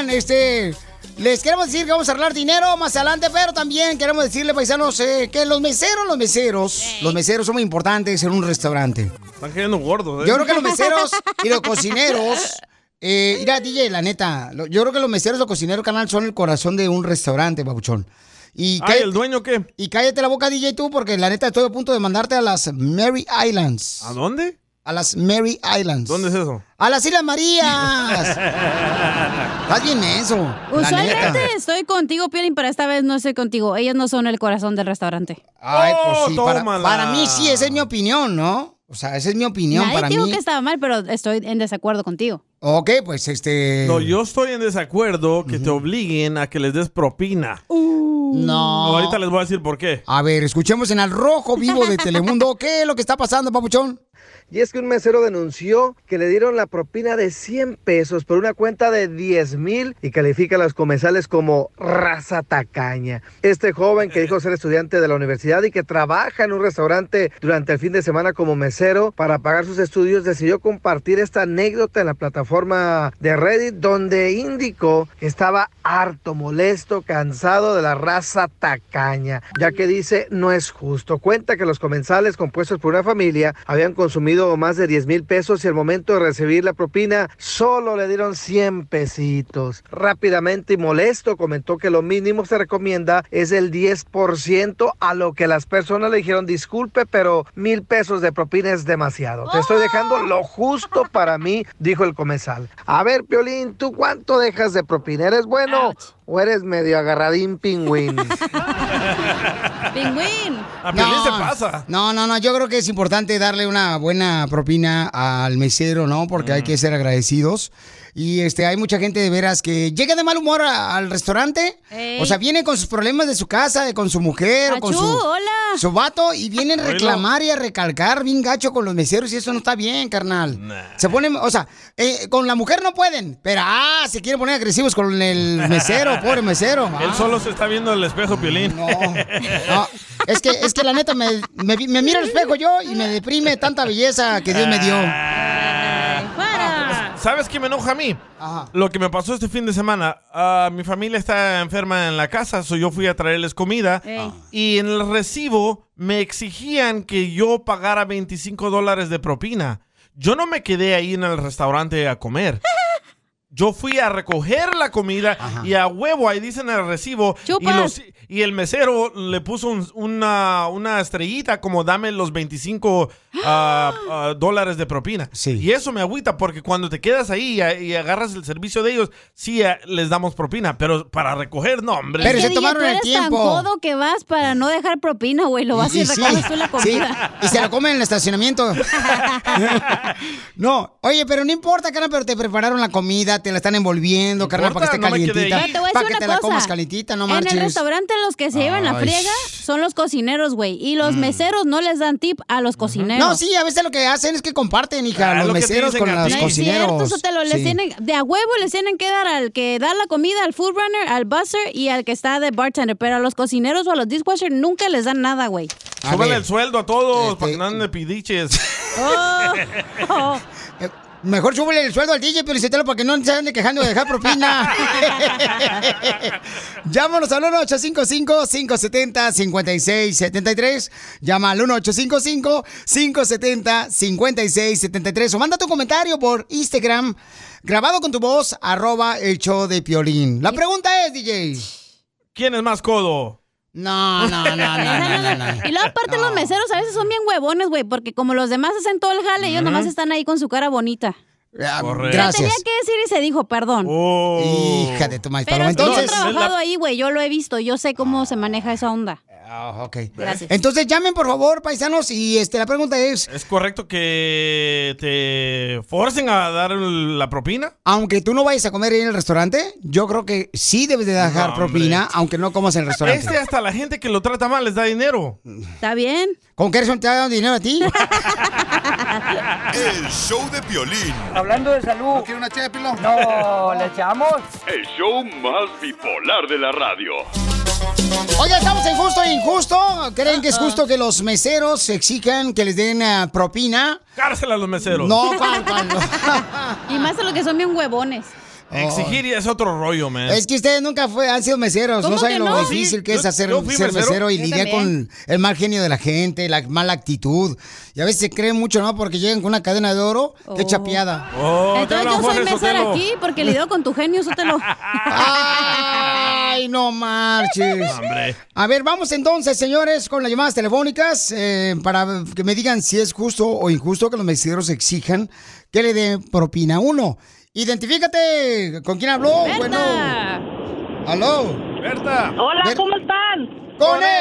Oigan, les queremos decir que vamos a arreglar dinero más adelante, pero también queremos decirle, paisanos, que los meseros son muy importantes en un restaurante. Están cayendo gordos, Yo creo que los meseros y los cocineros... mira, DJ, la neta, yo creo que los meseros y los cocineros, canal, son el corazón de un restaurante, babuchón. ¿Y el dueño qué? Y cállate la boca, DJ, tú, porque la neta estoy a punto de mandarte a las Mary Islands. ¿A dónde? A las Mary Islands. ¿Dónde es eso? ¡A las Islas Marías! Estás bien eso. Usualmente estoy contigo, Piolín, pero esta vez no estoy contigo. Ellos no son el corazón del restaurante. Ay, pues sí. Para mí sí, esa es mi opinión, ¿no? O sea, esa es mi opinión. Nadie para digo mí. Que estaba mal, pero estoy en desacuerdo contigo. Ok, pues No, yo estoy en desacuerdo que te obliguen a que les des propina. No. Ahorita les voy a decir por qué. A ver, escuchemos en Al Rojo Vivo de Telemundo. ¿Qué es lo que está pasando, papuchón? Y es que un mesero denunció que le dieron la propina de 100 pesos por una cuenta de 10,000 y califica a los comensales como raza tacaña. Este joven que dijo ser estudiante de la universidad y que trabaja en un restaurante durante el fin de semana como mesero para pagar sus estudios, decidió compartir esta anécdota en la plataforma de Reddit, donde indicó que estaba harto, molesto, cansado de la raza tacaña, ya que dice no es justo. Cuenta que los comensales compuestos por una familia habían consumido más de 10,000 pesos y al momento de recibir la propina solo le dieron 100 pesitos. Rápidamente y molesto comentó que lo mínimo se recomienda es el 10%, a lo que las personas le dijeron disculpe, pero 1,000 pesos de propina es demasiado. Te estoy dejando lo justo para mí, dijo el comensal. A ver, Piolín, ¿tú cuánto dejas de propina? ¿Eres bueno o eres medio agarradín pingüín? ¡Pingüín! A Piolín se pasa. No, yo creo que es importante darle una buena propina al mesero, ¿no? Porque hay que ser agradecidos. Y hay mucha gente de veras que llega de mal humor al restaurante. Ey. O sea, viene con sus problemas de su casa, con su mujer, o con su vato, y vienen a reclamar y a recalcar bien gacho con los meseros, y eso no está bien, carnal. Se ponen, o sea, con la mujer no pueden, pero se quieren poner agresivos con el mesero, pobre mesero. Él solo se está viendo el espejo, Piolín. No, es que la neta me miro al espejo yo y me deprime tanta belleza que Dios me dio. ¿Sabes qué me enoja a mí? Ajá. Lo que me pasó este fin de semana. Mi familia está enferma en la casa, yo fui a traerles comida. Y en el recibo me exigían que yo pagara $25 de propina. Yo no me quedé ahí en el restaurante a comer. Yo fui a recoger la comida. Ajá. Y a huevo, ahí dicen el recibo. Y el mesero le puso una estrellita como dame los $25 de propina. Sí. Y eso me agüita porque cuando te quedas ahí y agarras el servicio de ellos, sí les damos propina, pero para recoger, no, hombre. Pero se tomaron el tiempo. Tan codo que vas para no dejar propina, güey, lo vas y recoges tú la comida. Sí. Y se la comen en el estacionamiento. No, oye, pero no importa, carnal, pero te prepararon la comida, te la están envolviendo, no carnal, para que esté calientita. Para que te la comas calientita, no marches. En el restaurante los que se llevan la friega son los cocineros, güey. Y los meseros no les dan tip a los cocineros. No, sí, a veces lo que hacen es que comparten, hija, los meseros con los cocineros. Es cierto, de a huevo les tienen que dar al que da la comida, al food runner, al busser y al que está de bartender. Pero a los cocineros o a los dishwashers nunca les dan nada, güey. Súbale el sueldo a todos para que no anden de pidiches. Mejor súbele el sueldo al DJ, pero para que no se ande quejando de dejar propina. Llámanos al 1-855-570-5673. Llama al 1-855-570-5673. O manda tu comentario por Instagram, grabado con tu voz, @el show de Piolín. La pregunta es, DJ, ¿quién es más codo? No. Y luego aparte los meseros a veces son bien huevones, güey, porque como los demás hacen todo el jale, ellos nomás están ahí con su cara bonita. Correcto. Gracias. Tenía que decir y se dijo, perdón. Hija de tu maíz. Pero entonces, yo he trabajado ahí, güey, yo lo he visto, yo sé cómo se maneja esa onda. Ok. Gracias. Entonces llamen, por favor, paisanos, y la pregunta es... ¿Es correcto que te forcen a dar la propina? Aunque tú no vayas a comer ahí en el restaurante, yo creo que sí debes de dejar propina, aunque no comas en el restaurante. Hasta la gente que lo trata mal les da dinero. ¿Está bien? ¿Con qué razón te ha dado dinero a ti? El show de Piolín. Hablando de salud. ¿No quiere una ché de pilón? No, ¿le echamos? El show más bipolar de la radio. Oye, estamos en Justo e Injusto. ¿Creen que es justo que los meseros exijan que les den propina? Cárcel a los meseros. No, ¿cuál? Y más a los que son bien huevones. Exigir es otro rollo, man. Es que ustedes nunca han sido meseros. No saben lo difícil que es ser mesero y lidiar con el mal genio de la gente, la mala actitud. Y a veces se creen mucho, ¿no? Porque llegan con una cadena de oro. ¡Qué chapeada! Entonces yo soy mesera aquí porque lidio con tu genio, Sotelo. ¡Ay, no marches! Hombre. A ver, vamos entonces, señores, con las llamadas telefónicas para que me digan si es justo o injusto que los meseros exijan que le den propina. Uno, identifícate. ¿Con quién habló? Berta. Bueno. ¿Aló? Berta. Hola, ¿cómo están?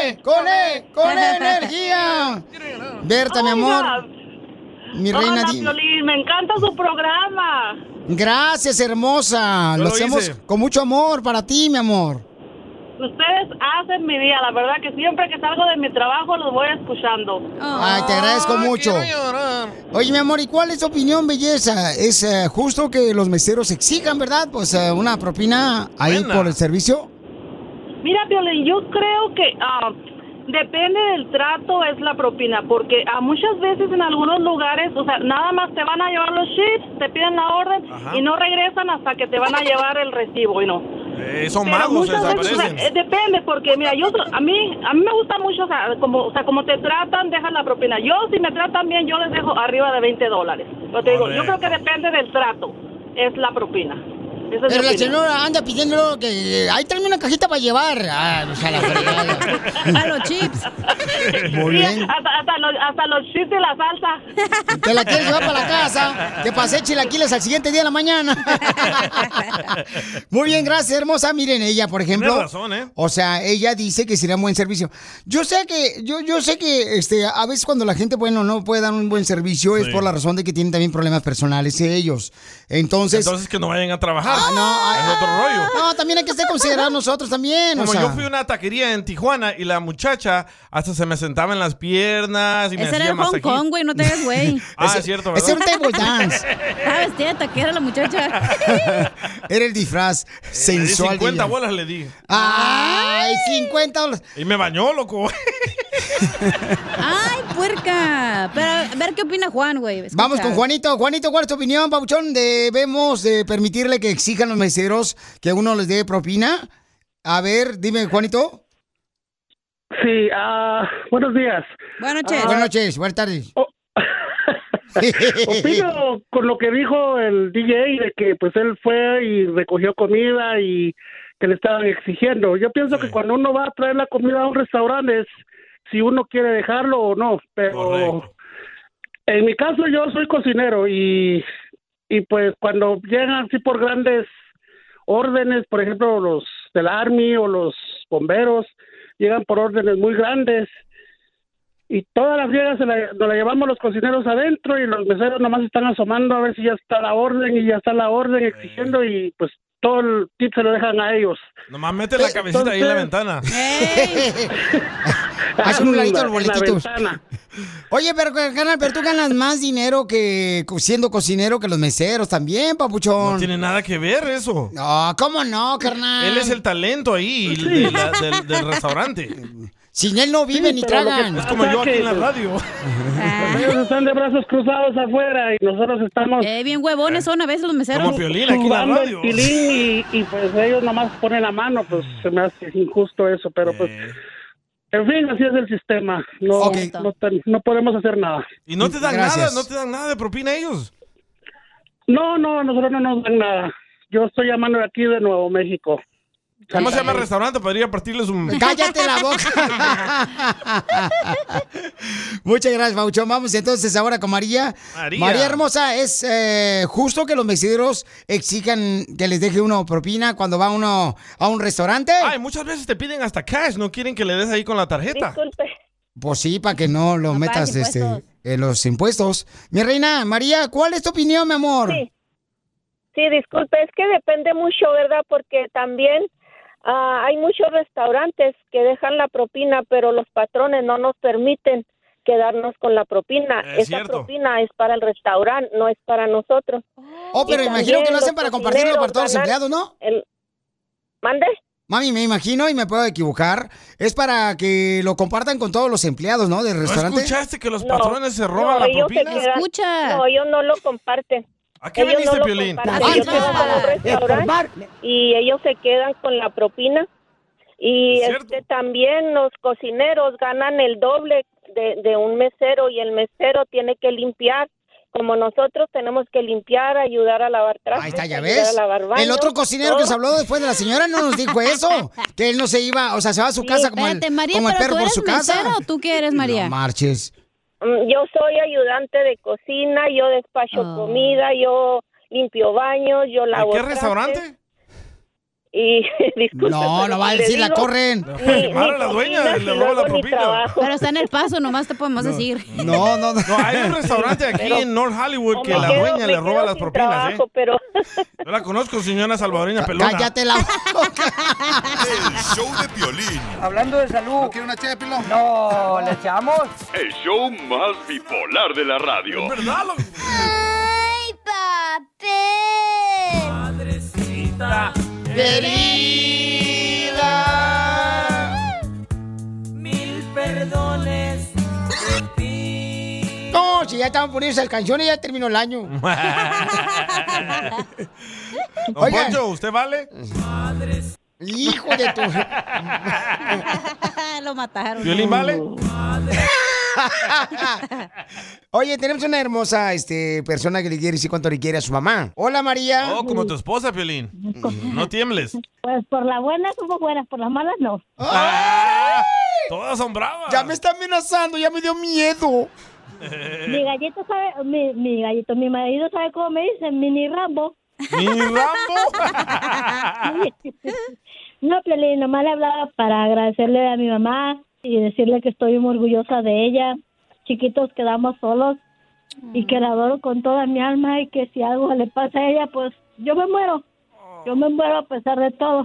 ¡Con energía! Berta, mi amor. Mi reina. Hola, Piolín, me encanta su programa. Gracias, hermosa. Yo Lo lo hacemos hice. con mucho amor para ti, mi amor. Ustedes hacen mi día, la verdad que siempre que salgo de mi trabajo los voy escuchando. Ay, te agradezco mucho. Quiero llorar. Oye, mi amor, ¿y cuál es tu opinión, belleza? ¿Es justo que los meseros exijan, verdad? Pues una propina ahí Buena. por el servicio. Mira, Piolín, yo creo que depende del trato es la propina, porque muchas veces en algunos lugares, o sea, nada más te van a llevar los chips, te piden la orden Ajá. y no regresan hasta que te van a llevar el recibo y no. Son Pero magos, muchas veces, desaparecen. depende, porque mira, a mí me gusta mucho, o sea, como te tratan, dejan la propina. Yo, si me tratan bien, yo les dejo arriba de $20. Pero te digo, yo creo que depende del trato, es la propina. Esa es Pero mi la opinión. señora anda pidiendo que ahí tráeme una cajita para llevar. Pues a la fregada. A los chips. Muy Sí, bien. hasta los chips y la salsa. Te la quieres llevar para la casa. Que pasé chilaquiles al siguiente día de la mañana. Muy bien, gracias, hermosa. Miren, ella, por ejemplo. Tienes razón, ¿eh? O sea, ella dice que sería un buen servicio. Yo sé que a veces cuando la gente, bueno, no puede dar un buen servicio es Sí. por la razón de que tienen también problemas personales ellos. Entonces Que no vayan a trabajar. no, es otro rollo. no, también hay que ser considerados nosotros también. Como o sea. yo fui a una taquería en Tijuana y la muchacha hasta se me sentaba en las piernas y me Ese era hacía el Hong masajito. Kong, güey, no te hagas güey. Es cierto, Ese ¿verdad? era un table dance. Ah, vestida de taquera la muchacha. Era el disfraz Le di sensual. 50 de ella. bolas le di. ¡Ay, $50! Y me bañó, loco. Ay, puerca. Pero a ver qué opina Juan, güey. Escucha. Vamos con Juanito. Juanito, ¿cuál es tu opinión, Pabuchón? ¿Debemos de permitirle que exijan los meseros que uno les dé propina? A ver, dime, Juanito. Sí, buenos días. Buenas noches. Buenas noches, buenas tardes. Opino con lo que dijo el DJ de que pues él fue y recogió comida y que le estaban exigiendo. Yo pienso que cuando uno va a traer la comida a un restaurante es si uno quiere dejarlo o no, pero Correcto. en mi caso yo soy cocinero y pues cuando llegan así por grandes órdenes, por ejemplo los del Army o los bomberos, llegan por órdenes muy grandes y todas las llegas nos la llevamos los cocineros adentro y los meseros nomás están asomando a ver si ya está la orden y ya está la orden exigiendo y pues todo el tip se lo dejan a ellos. Nomás mete la cabecita ahí en la ventana. Ey. Haz un ladito los En la boletitos. ventana. Oye, pero tú ganas más dinero que siendo cocinero que los meseros también, Papuchón. No tiene nada que ver eso. No, ¿cómo no, carnal? Él es el talento ahí del restaurante. Sin él no viven ni pero lo que tragan. Es como yo aquí en la radio. Ellos están de brazos cruzados afuera y nosotros estamos Bien huevones son a veces los meseros. Como Piolín aquí en la jugando radio. el pilín y pues ellos nomás ponen la mano, pues se me hace injusto eso, pero pues en fin, así es el sistema. No, Ok. no podemos hacer nada. Y no te dan Gracias. nada, no te dan nada de propina a ellos. No, nosotros no nos dan nada. Yo estoy llamando de aquí de Nuevo México. ¿Cómo se llama el restaurante? Podría partirles un... ¡Cállate la boca! Muchas gracias, Pabuchón. Vamos entonces ahora con María. María. Hermosa, ¿es justo que los meseros exijan que les deje uno propina cuando va uno a un restaurante? Ay, muchas veces te piden hasta cash, no quieren que le des ahí con la tarjeta. Disculpe. Pues sí, para que no lo No metas pagues impuestos. en los impuestos. Mi reina, María, ¿cuál es tu opinión, mi amor? Sí, disculpe, es que depende mucho, ¿verdad? Porque también hay muchos restaurantes que dejan la propina, pero los patrones no nos permiten quedarnos con la propina. Es Esa cierto. propina es para el restaurante, no es para nosotros. Oh, pero Y imagino que también lo hacen los para compartirlo para todos los cocineros empleados, ¿no? ¿Mande? Mami, me imagino y me puedo equivocar. Es para que lo compartan con todos los empleados, ¿no? Del ¿No restaurante. escuchaste que los patrones se roban la ellos se propina? quedan- Escucha. No, ellos no lo comparten. ¿A qué ellos viniste, no lo Piolín? comparten. Yo trabajo en un restaurante y ellos se quedan con la propina. Y también los cocineros ganan el doble de un mesero, y el mesero tiene que limpiar. Como nosotros tenemos que limpiar, ayudar a lavar trastes, Ahí está, ya ayudar ves. a lavar baños, El otro cocinero todo. que se habló después de la señora no nos dijo eso. Que él no se iba, o sea, se va a su casa como el, Espérate, María, como el ¿pero perro tú por eres su casa. mesera o tú qué eres, María? No marches. Yo soy ayudante de cocina, yo despacho comida, yo limpio baños, yo lavo ¿De qué trastes. restaurante? Y disculpe, No, pero no va a le decir, la digo, corren. Llamar a la dueña, cocina, le y roba la luego ni propina. trabajo. Pero está en El Paso, nomás te podemos decir. No. No, hay un restaurante aquí en North Hollywood que la dueña le roba las propinas, trabajo, pero Yo la conozco, señora salvadoreña pelona. Cállate la boca. El show de Piolín. Hablando de salud. ¿No quiere una ché de pilón? No, ¿le echamos? El show más bipolar de la radio. ¿Es verdad? ¡Ay, papel! Madrecita querida. Mil perdones de ti. No, si ya estaban poniendo esas canciones, ya terminó el año. Don Oigan. Poncho, ¿usted vale? Hijo de tu... Lo mataron. ¿Violín vale? Oye, tenemos una hermosa persona que le quiere decir cuánto le quiere a su mamá. Hola, María. Oh, como tu esposa, Piolín. No tiembles. Pues por las buenas somos buenas, por las malas no. Todas son bravas. Ya me está amenazando, ya me dio miedo. Mi gallito sabe, mi marido sabe cómo me dicen, mini Rambo. ¿Mini Rambo? No, Piolín, nomás le hablaba para agradecerle a mi mamá y decirle que estoy muy orgullosa de ella. Chiquitos quedamos solos y que la adoro con toda mi alma, y que si algo le pasa a ella, pues yo me muero. Yo me muero a pesar de todo.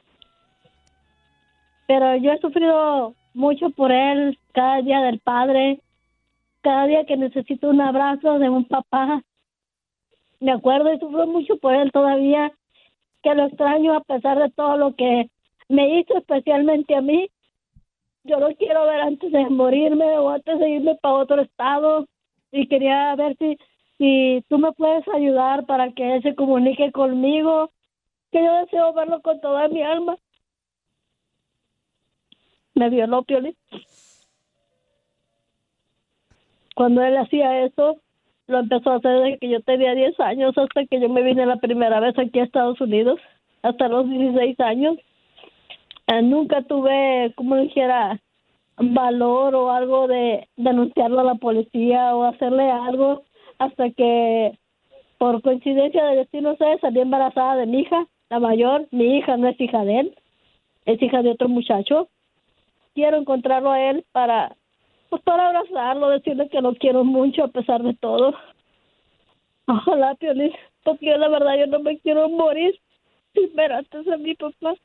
Pero yo he sufrido mucho por él, cada día del padre, cada día que necesito un abrazo de un papá. Me acuerdo y sufro mucho por él todavía, que lo extraño a pesar de todo lo que me hizo, especialmente a mí. Yo lo quiero ver antes de morirme o antes de irme para otro estado, y quería ver si tú me puedes ayudar para que él se comunique conmigo, que yo deseo verlo con toda mi alma. Me violó, Piolín. Cuando él hacía eso, lo empezó a hacer desde que yo tenía 10 años hasta que yo me vine la primera vez aquí a Estados Unidos, hasta los 16 años. Nunca tuve, como dijera, valor o algo de denunciarlo a la policía o hacerle algo, hasta que, por coincidencia de destino, salí embarazada de mi hija, la mayor. Mi hija no es hija de él, es hija de otro muchacho. Quiero encontrarlo a él para abrazarlo, decirle que lo quiero mucho a pesar de todo. Ojalá, Piolín, porque yo la verdad yo no me quiero morir sin ver antes a mi papá.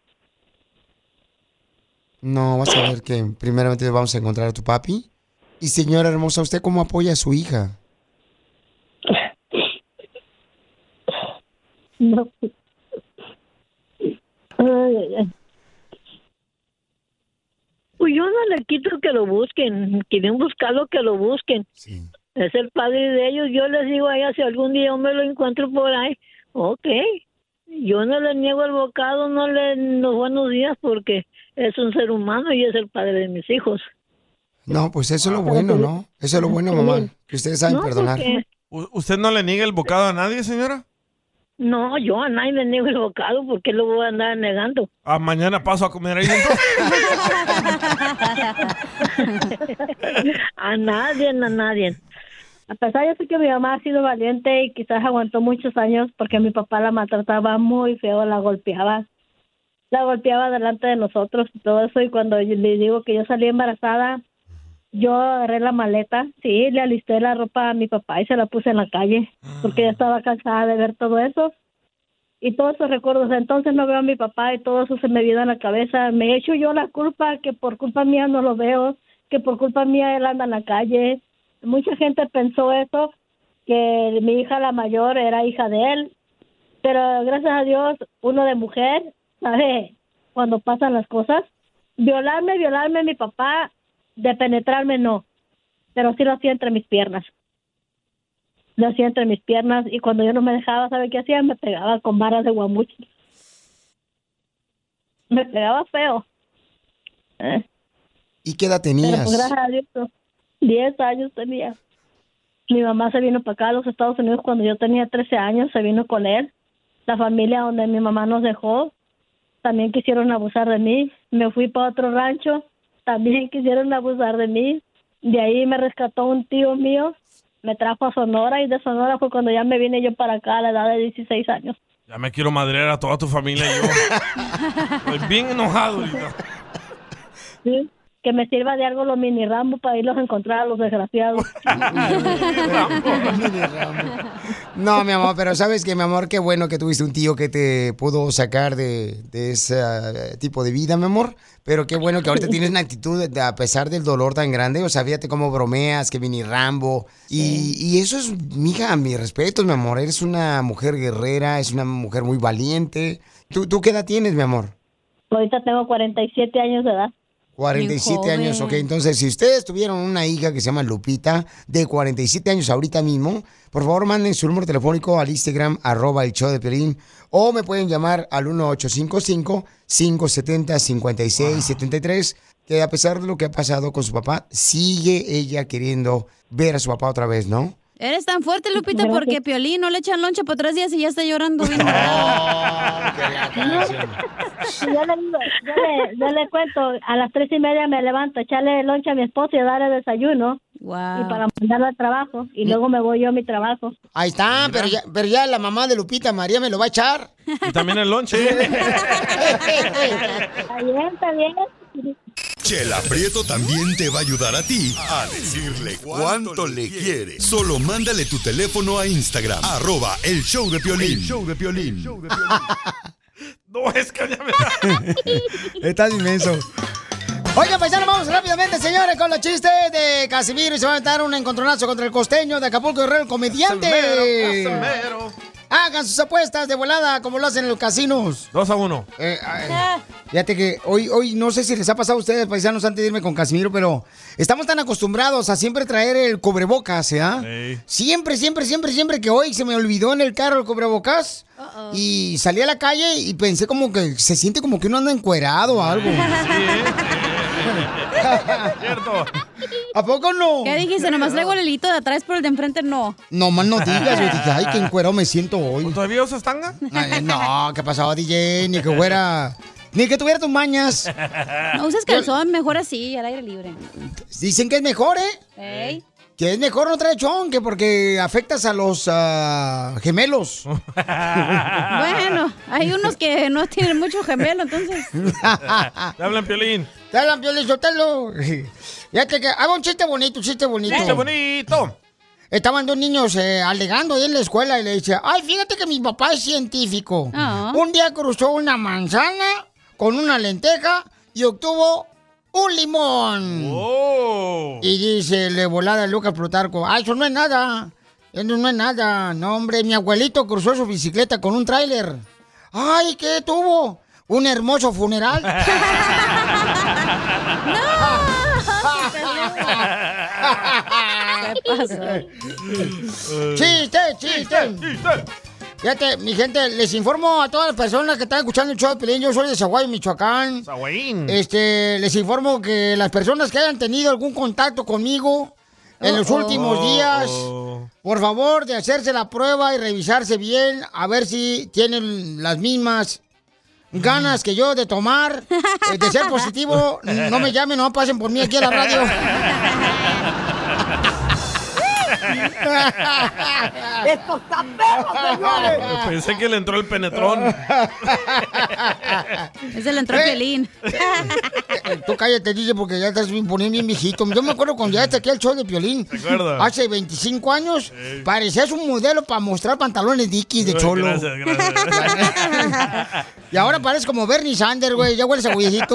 No, vas a ver que primeramente vamos a encontrar a tu papi. Y señora hermosa, ¿usted cómo apoya a su hija? No. Ay. Pues yo no le quito que lo busquen, quieren buscarlo, que lo busquen. Sí. Es el padre de ellos. Yo les digo a ella, si algún día yo me lo encuentro por ahí, ok. Yo no le niego el bocado, no le los buenos días, porque es un ser humano y es el padre de mis hijos. No, pues eso es lo bueno, ¿no? Eso es lo bueno, mamá, que ustedes saben No, perdonar. porque- ¿Usted no le niega el bocado a nadie, señora? No, yo a nadie le niego el bocado, porque lo voy a andar negando. Ah, mañana paso a comer ahí dentro. A nadie. A pesar, yo sé que mi mamá ha sido valiente y quizás aguantó muchos años, porque mi papá la maltrataba muy feo, la golpeaba delante de nosotros y todo eso. Y cuando yo le digo que yo salí embarazada, yo agarré la maleta, sí, le alisté la ropa a mi papá y se la puse en la calle, porque ya estaba cansada de ver todo eso. Y todos esos recuerdos, entonces no veo a mi papá y todo eso se me viene a la cabeza. Me echo yo la culpa, que por culpa mía no lo veo, que por culpa mía él anda en la calle. Mucha gente pensó eso, que mi hija la mayor era hija de él, pero gracias a Dios, uno de mujer sabe cuando pasan las cosas. Violarme mi papá, de penetrarme no, pero sí lo hacía entre mis piernas. lo hacía entre mis piernas y cuando yo no me dejaba, ¿sabe qué hacía? Me pegaba con varas de guamuchi. Me pegaba feo. ¿Y qué edad Pero tenías? pues, gracias a Dios, 10 años tenía. Mi mamá se vino para acá a los Estados Unidos cuando yo tenía 13 años, se vino con él. La familia donde mi mamá nos dejó, también quisieron abusar de mí. Me fui para otro rancho, también quisieron abusar de mí. De ahí me rescató un tío mío, me trajo a Sonora y de Sonora fue cuando ya me vine yo para acá a la edad de 16 años. Ya me quiero madrear a toda tu familia yo. Estoy bien enojado ahorita. Sí, que me sirva de algo los mini Rambo para irlos a encontrar a los desgraciados. No, mi amor, pero sabes que, mi amor, qué bueno que tuviste un tío que te pudo sacar de ese tipo de vida, mi amor. Pero qué bueno que ahorita tienes una actitud, a pesar del dolor tan grande. O sea, fíjate cómo bromeas, que mini Rambo. Y eso es, mija, mi respeto, mi amor. Eres una mujer guerrera, es una mujer muy valiente. ¿Tú qué edad tienes, mi amor? Ahorita tengo 47 años de edad. 47 años, ok. Entonces, si ustedes tuvieron una hija que se llama Lupita, de 47 años ahorita mismo, por favor manden su número telefónico al Instagram, @el show de Piolín, o me pueden llamar al 1855-570-5673, que a pesar de lo que ha pasado con su papá, sigue ella queriendo ver a su papá otra vez, ¿no? Eres tan fuerte, Lupita, porque Piolín no le echan lonche por 3 días y ya está llorando bien. Yo le cuento, a las 3:30 me levanto a echarle lonche a mi esposo y a darle desayuno. Wow. Y para mandarlo al trabajo. Y luego me voy yo a mi trabajo. Ahí está, pero ya la mamá de Lupita, María, me lo va a echar. Y también el lonche. Está bien. Chela Prieto también te va a ayudar a ti a decirle cuánto le quiere. Solo mándale tu teléfono a Instagram, @el show de Piolín. El show de Piolín. No, es que ya me... Estás inmenso. Oigan, paisanos, vamos rápidamente, señores, con los chistes de Casimiro. Y se va a dar un encontronazo contra el costeño de Acapulco Guerrero, el comediante. Casimiro. Hagan sus apuestas de volada como lo hacen en los casinos. 2-1. Fíjate que hoy no sé si les ha pasado a ustedes, paisanos, antes de irme con Casimiro, pero estamos tan acostumbrados a siempre traer el cubrebocas, ¿eh? Siempre que hoy se me olvidó en el carro el cubrebocas. Y salí a la calle y pensé como que se siente como que uno anda encuerado o algo. Cierto. ¿A poco no? ¿Qué dijiste? Nomás traigo el hilito de atrás, pero el de enfrente no. No más no digas, yo dije, ay, qué encuerado me siento hoy. ¿Todavía usas tanga? Ay, no, ¿qué pasó, DJ? Ni que fuera... Ni que tuviera tus mañas. No uses calzón, mejor así, al aire libre. Dicen que es mejor, ¿eh? ¿Eh? Que es mejor no traer chon, que porque afectas a los gemelos. Bueno, hay unos que no tienen mucho gemelo, entonces. Te hablan, Piolín. Te hablan, Piolín, suéltalo. Fíjate que haga un chiste bonito, ¡Chiste bonito! Estaban dos niños alegando ahí en la escuela y le dice, ay, fíjate que mi papá es científico. Un día cruzó una manzana con una lenteja y obtuvo un limón. Oh. Y dice, le volada Lucas Plutarco, ah, eso no es nada. Eso no es nada. No, hombre, mi abuelito cruzó su bicicleta con un tráiler. Ay, ¿qué tuvo? Un hermoso funeral. ¿Qué pasó? ¡Chiste! Fíjate, mi gente, les informo a todas las personas que están escuchando el show de Piolín. Yo soy de Zaguayo, Michoacán. Zaguayín. Les informo que las personas que hayan tenido algún contacto conmigo en los últimos días, por favor, de hacerse la prueba y revisarse bien, a ver si tienen las mismas ganas que yo de tomar, de ser positivo. No me llamen, no pasen por mí aquí a la radio. ¡Estos taperos, señores! Pensé que le entró el penetrón. Ese le entró el Piolín. Tú cállate, dice, porque ya estás poniendo bien viejito. Yo me acuerdo cuando llegaste aquí al show de Piolín. ¿Te acuerdas? Hace 25 años, parecías un modelo para mostrar pantalones Dickies de cholo. Gracias. Y ahora pareces como Bernie Sanders, güey. Ya hueles a viejito.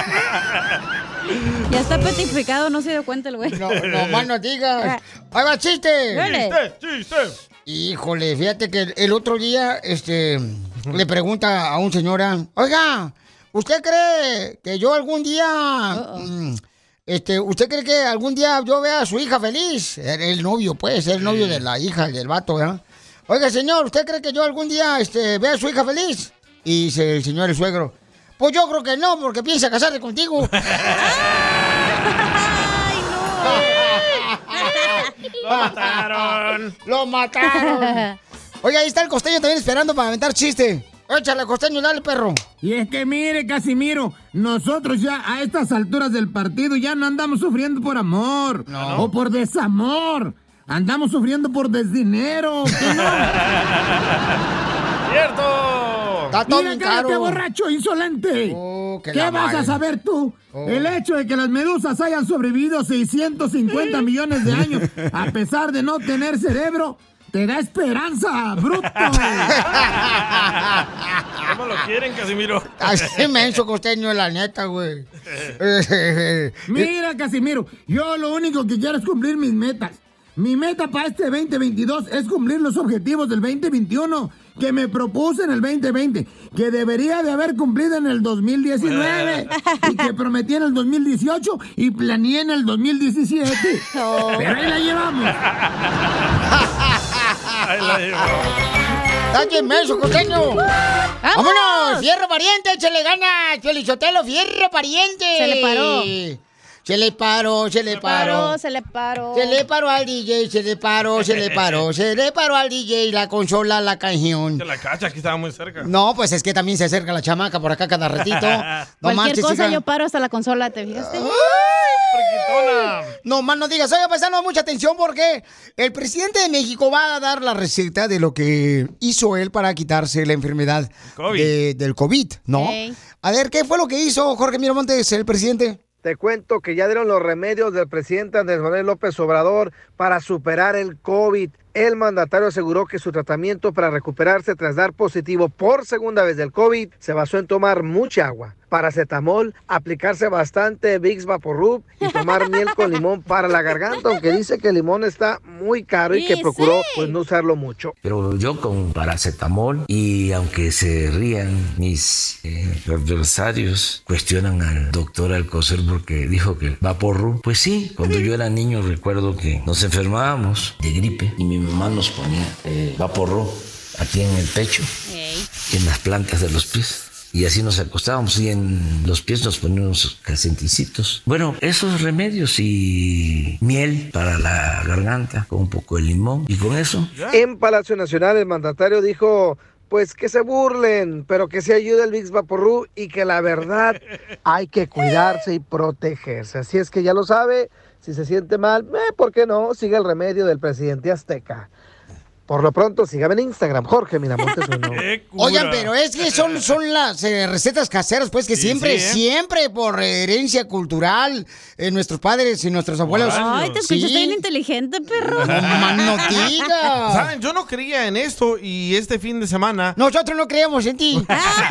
Ya está petrificado, no se dio cuenta el güey. No más no digas. ¡Ahí va, chiste! ¡Chiste! Híjole, fíjate que el otro día, le pregunta a un señora, oiga, ¿usted cree que yo algún día ¿usted cree que algún día yo vea a su hija feliz? El novio, pues, el novio de la hija, del vato, ¿verdad? Oiga, señor, ¿usted cree que yo algún día vea a su hija feliz? Y dice el señor, el suegro, pues yo creo que no, porque piensa casarse contigo. ¡Lo mataron! ¡Lo mataron! Oiga, ahí está el costeño también esperando para aventar chiste. Échale, costeño, dale, perro. Y es que mire, Casimiro, nosotros ya a estas alturas del partido ya no andamos sufriendo por amor o por desamor. Andamos sufriendo por desdinero. ¿Qué no? ¡Cierto! Está todo Mira, bien caro. cállate, borracho, insolente. ¿Qué vas a saber tú? El hecho de que las medusas hayan sobrevivido 650 millones de años a pesar de no tener cerebro, te da esperanza, bruto. ¿Cómo lo quieren, Casimiro? Así menso, costeño, la neta, güey. Mira, Casimiro, yo lo único que quiero es cumplir mis metas. Mi meta para este 2022 es cumplir los objetivos del 2021 que me propuse en el 2020, que debería de haber cumplido en el 2019 y que prometí en el 2018 y planeé en el 2017. Pero ahí la llevamos. Ahí la llevamos. ¡Está bien menso, costeño! ¡Vámonos! ¡Fierro pariente, échale ganas! ¡Felicitelo, fierro pariente! Se le paró. Se le paró, se le paró. Se le paró. Se le paró al DJ, se le paró, se le paró. Se le paró al DJ la consola, la canción. Que la cacha, aquí estaba muy cerca. No, pues es que también se acerca la chamaca por acá cada ratito. No Cualquier cosa chica. yo paro hasta la consola, ¿te fijaste? No más no digas, oiga, paisano, mucha atención porque el presidente de México va a dar la receta de lo que hizo él para quitarse la enfermedad del COVID, ¿no? Hey. A ver, ¿qué fue lo que hizo Jorge Miramontes, el presidente? Te cuento que ya dieron los remedios del presidente Andrés Manuel López Obrador para superar el COVID. El mandatario aseguró que su tratamiento para recuperarse tras dar positivo por segunda vez del COVID se basó en tomar mucha agua, paracetamol, aplicarse bastante Vicks Vaporub y tomar miel con limón para la garganta, aunque dice que el limón está muy caro y que procuró pues no usarlo mucho. Pero yo con paracetamol, y aunque se rían mis adversarios, cuestionan al doctor Alcocer porque dijo que Vaporub, pues sí, cuando yo era niño recuerdo que nos enfermábamos de gripe y mi mamá nos ponía Vaporub aquí en el pecho, en las plantas de los pies. Y así nos acostábamos y en los pies nos poníamos calceticitos. Bueno, esos remedios y miel para la garganta con un poco de limón y con eso. En Palacio Nacional el mandatario dijo pues que se burlen, pero que se ayude el Vicks Vaporub y que la verdad hay que cuidarse y protegerse. Así es que ya lo sabe, si se siente mal, ¿por qué no? Siga el remedio del presidente azteca. Por lo pronto, sígame en Instagram, Jorge Miramontes uno. Oigan, pero es que son las recetas caseras, pues, que siempre por herencia cultural, nuestros padres y nuestros abuelos. Ay, te escuchaste bien inteligente, perro. No, más no digas. ¿Saben? Yo no creía en esto y este fin de semana... Nosotros no creíamos en ti.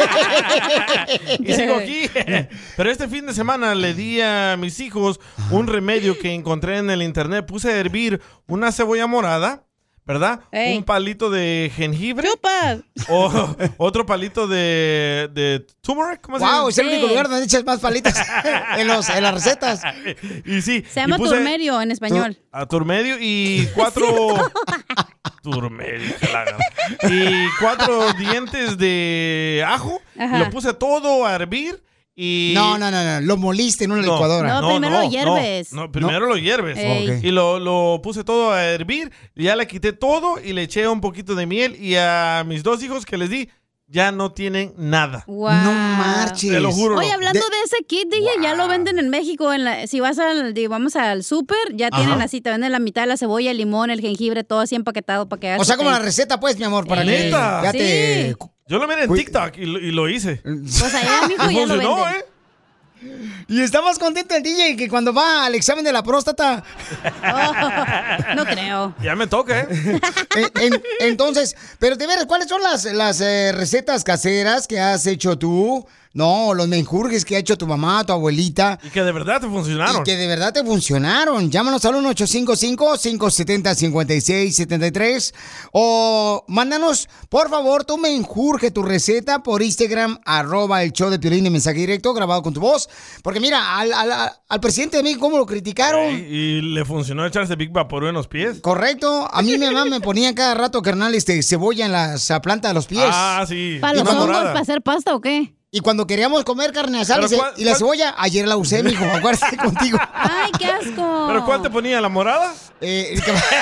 Y sigo aquí. Pero este fin de semana le di a mis hijos un remedio que encontré en el internet. Puse a hervir una cebolla morada, ¿verdad? Ey. Un palito de jengibre. ¡Chupa! O otro palito de turmeric. ¿Cómo se llama? Wow, es el único lugar donde echas más palitas en las recetas. Y sí. Se llama turmerio en español. Turmerio y 4... Turmerio, claro. Y 4 dientes de ajo. Ajá. Lo puse todo a hervir. Y... No, lo moliste en una licuadora. No, primero lo hierves. No, primero lo hierves. Ey. Y lo puse todo a hervir, y ya le quité todo y le eché un poquito de miel, y a mis 2 hijos que les di, ya no tienen nada. Wow. No marches. Te lo juro. Oye, hablando de ese kit, DJ, ya lo venden en México. Si vas vamos al súper, ya tienen así, te venden la mitad de la cebolla, el limón, el jengibre, todo así empaquetado para que hagas. O sea, como la receta, pues, mi amor, para que ¿Neta? ya te... Sí. Yo lo miré en TikTok y lo hice. Pues allá, mijo, ya lo Funcionó, venden. Y está más contento el DJ que cuando va al examen de la próstata. Oh, no creo. Ya me toca, ¿eh? Entonces, pero de veras, ¿cuáles son las recetas caseras que has hecho tú? No, los menjurjes que ha hecho tu mamá, tu abuelita. Y que de verdad te funcionaron. Y que de verdad te funcionaron. Llámanos al 1-855-570-5673 o mándanos, por favor, tu menjurje, tu receta por Instagram, @el-show-de-Piolín, en mensaje directo grabado con tu voz. Porque mira, al presidente de México, ¿cómo lo criticaron? Y le funcionó echarse Big Vaporú en los pies. Correcto. A mí mi mamá me ponía cada rato, carnal, cebolla en la planta de los pies. Ah, sí. ¿Para los hongos, para hacer pasta o qué? Y cuando queríamos comer carne asada y la cebolla, ayer la usé, mijo, acuérdate contigo. ¡Ay, qué asco! ¿Pero cuál te ponía, la morada? El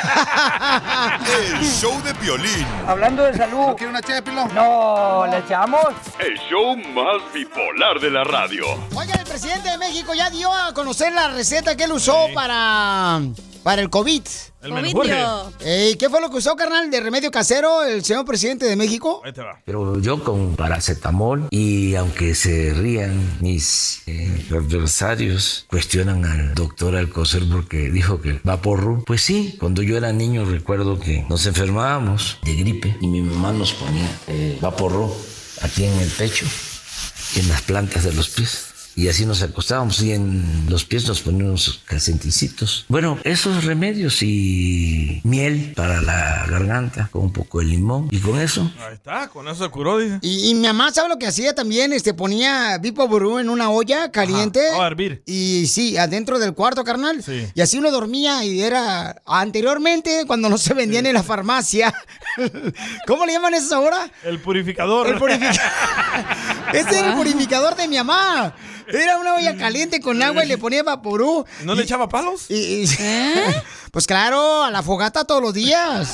show de Piolín. Hablando de salud. ¿No quiere una ché de pilón? No, ¿le echamos? El show más bipolar de la radio. Oiga, el presidente de México ya dio a conocer la receta que él usó para el COVID. El menjurje. ¿Qué fue lo que usó, carnal, de remedio casero el señor presidente de México? Ahí te va. Pero yo con paracetamol, y aunque se rían mis adversarios, cuestionan al doctor Alcocer porque dijo que Vaporru. Pues sí, cuando yo era niño recuerdo que nos enfermábamos de gripe y mi mamá nos ponía Vaporru aquí en el pecho, en las plantas de los pies. Y así nos acostábamos y en los pies nos poníamos calceticitos. Bueno, esos remedios y miel para la garganta con un poco de limón y con eso. Ahí está, con eso se curó, dice. Y mi mamá, ¿sabe lo que hacía también? Ponía Big Vaporú en una olla caliente. A hervir. Y sí, adentro del cuarto, carnal. Sí. Y así uno dormía y era... Anteriormente, cuando no se vendían en la farmacia. ¿Cómo le llaman eso ahora? El purificador. El purificador. Ese era el purificador de mi mamá. Era una olla caliente con agua y le ponía Vaporú. ¿No le echaba palos? Pues claro, a la fogata todos los días.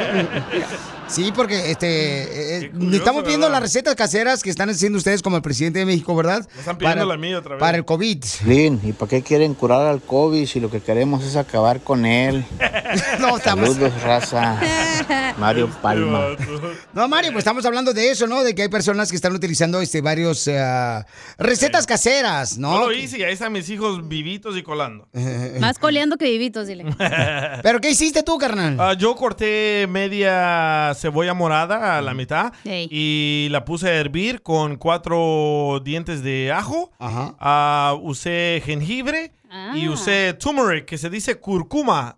Sí, porque curioso, estamos pidiendo las recetas caseras que están haciendo ustedes como el presidente de México, ¿verdad? Me están pidiendo la mía otra vez. Para el COVID. Lin, ¿y para qué quieren curar al COVID si lo que queremos es acabar con él? No, Saludos, raza. Mario Palma. No, Mario, pues estamos hablando de eso, ¿no? De que hay personas que están utilizando varios recetas caseras, ¿no? No lo hice y ahí están mis hijos vivitos y colando. Más coleando que vivitos, dile. ¿Pero qué hiciste tú, carnal? Yo corté media cebolla morada a la mitad y la puse a hervir con 4 dientes de ajo. Ajá. Usé jengibre y usé turmeric, que se dice cúrcuma.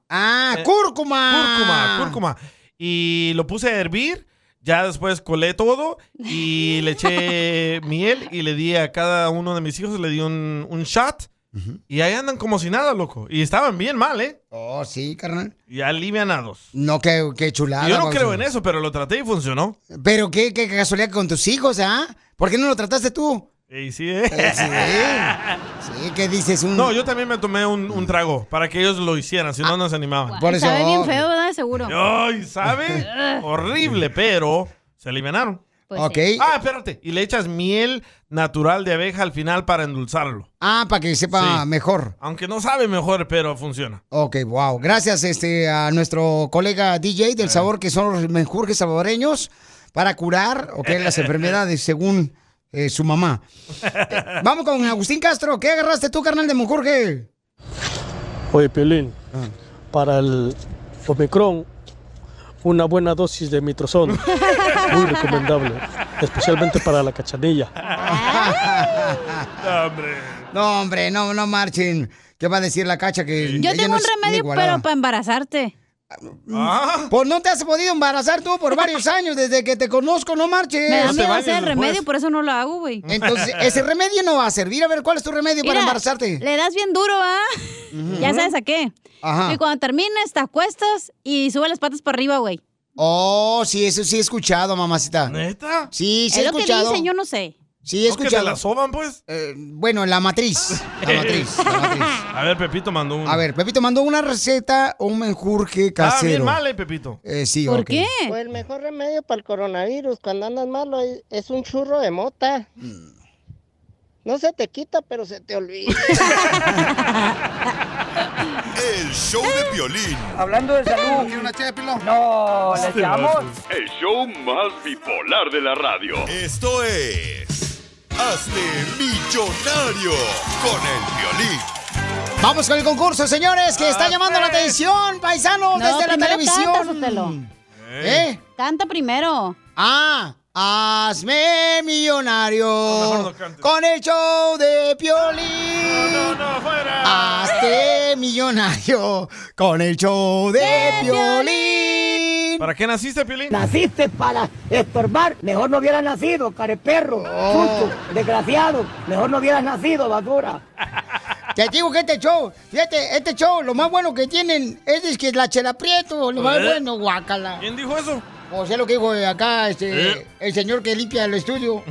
Cúrcuma. Y lo puse a hervir. Ya después colé todo y le eché miel y le di a cada uno de mis hijos, le di un shot. Y ahí andan como si nada, loco. Y estaban bien mal, ¿eh? Oh, sí, carnal. Y alivianados. No, qué chulada. Yo no creo en eso, pero lo traté y funcionó. Pero qué casualidad con tus hijos, ¿ah? ¿Por qué no lo trataste tú? Sí, Sí, ¿qué dices? No, yo también me tomé un trago para que ellos lo hicieran, si no, no se animaban. Por eso... Sabe bien feo, ¿verdad? Seguro. Ay, ¿sabe? Horrible, pero se alivianaron. Pues sí. Espérate. Y le echas miel natural de abeja al final para endulzarlo. Para que sepa mejor. Aunque no sabe mejor, pero funciona. Ok, wow. Gracias a nuestro colega DJ del sabor, que son los menjurjes salvadoreños, para curar las enfermedades, según su mamá. Vamos con Agustín Castro. ¿Qué agarraste tú, carnal, de menjurje? Oye, Piolín, para el Omicron, una buena dosis de mitrozón, muy recomendable, especialmente para la cachanilla. No, hombre, no marchen. ¿Qué va a decir la cacha? Que yo tengo un remedio, pero para embarazarte. Pues no te has podido embarazar tú por varios años, desde que te conozco, no marches. Me da miedo hacer el remedio, por eso no lo hago, güey. Entonces, ese remedio no va a servir. A ver, ¿cuál es tu remedio para embarazarte? Le das bien duro, Ya sabes a qué. Ajá. Y cuando termines, te acuestas y sube las patas para arriba, güey. Oh, sí, eso sí he escuchado, mamacita. ¿Neta? Sí, he escuchado. Es lo que dicen, yo no sé. Sí, he escuchado. ¿Que te la soban, pues? Bueno, la matriz. La matriz. A ver, Pepito mandó una. A ver, Pepito mandó una receta o un menjurje casero. Bien mal, Pepito. Sí, ¿Por qué? Pues el mejor remedio para el coronavirus cuando andas malo es un churro de mota. No se te quita, pero se te olvida. El show de Piolín. Hablando de salud. ¿Quiere una ché de pilón? No, ¿le echamos? El show más bipolar de la radio. Esto es... ¡Hazte millonario con el Piolín! Vamos con el concurso, señores, que está llamando la atención, paisanos, desde la televisión. Canta, Sotelo. Canta primero. Hazme millonario no cantes. con el show de Piolín. No, fuera. Hazte millonario con el show de Piolín. ¿Para qué naciste, Piolín? Naciste para estorbar. Mejor no hubieras nacido, careperro. Sucio, desgraciado. Mejor no hubieras nacido, basura. Te digo que este show, fíjate, este show, lo más bueno que tienen es que la Chela Prieto, lo más bueno, guácala. ¿Quién dijo eso? O sea, lo que dijo acá el señor que limpia el estudio.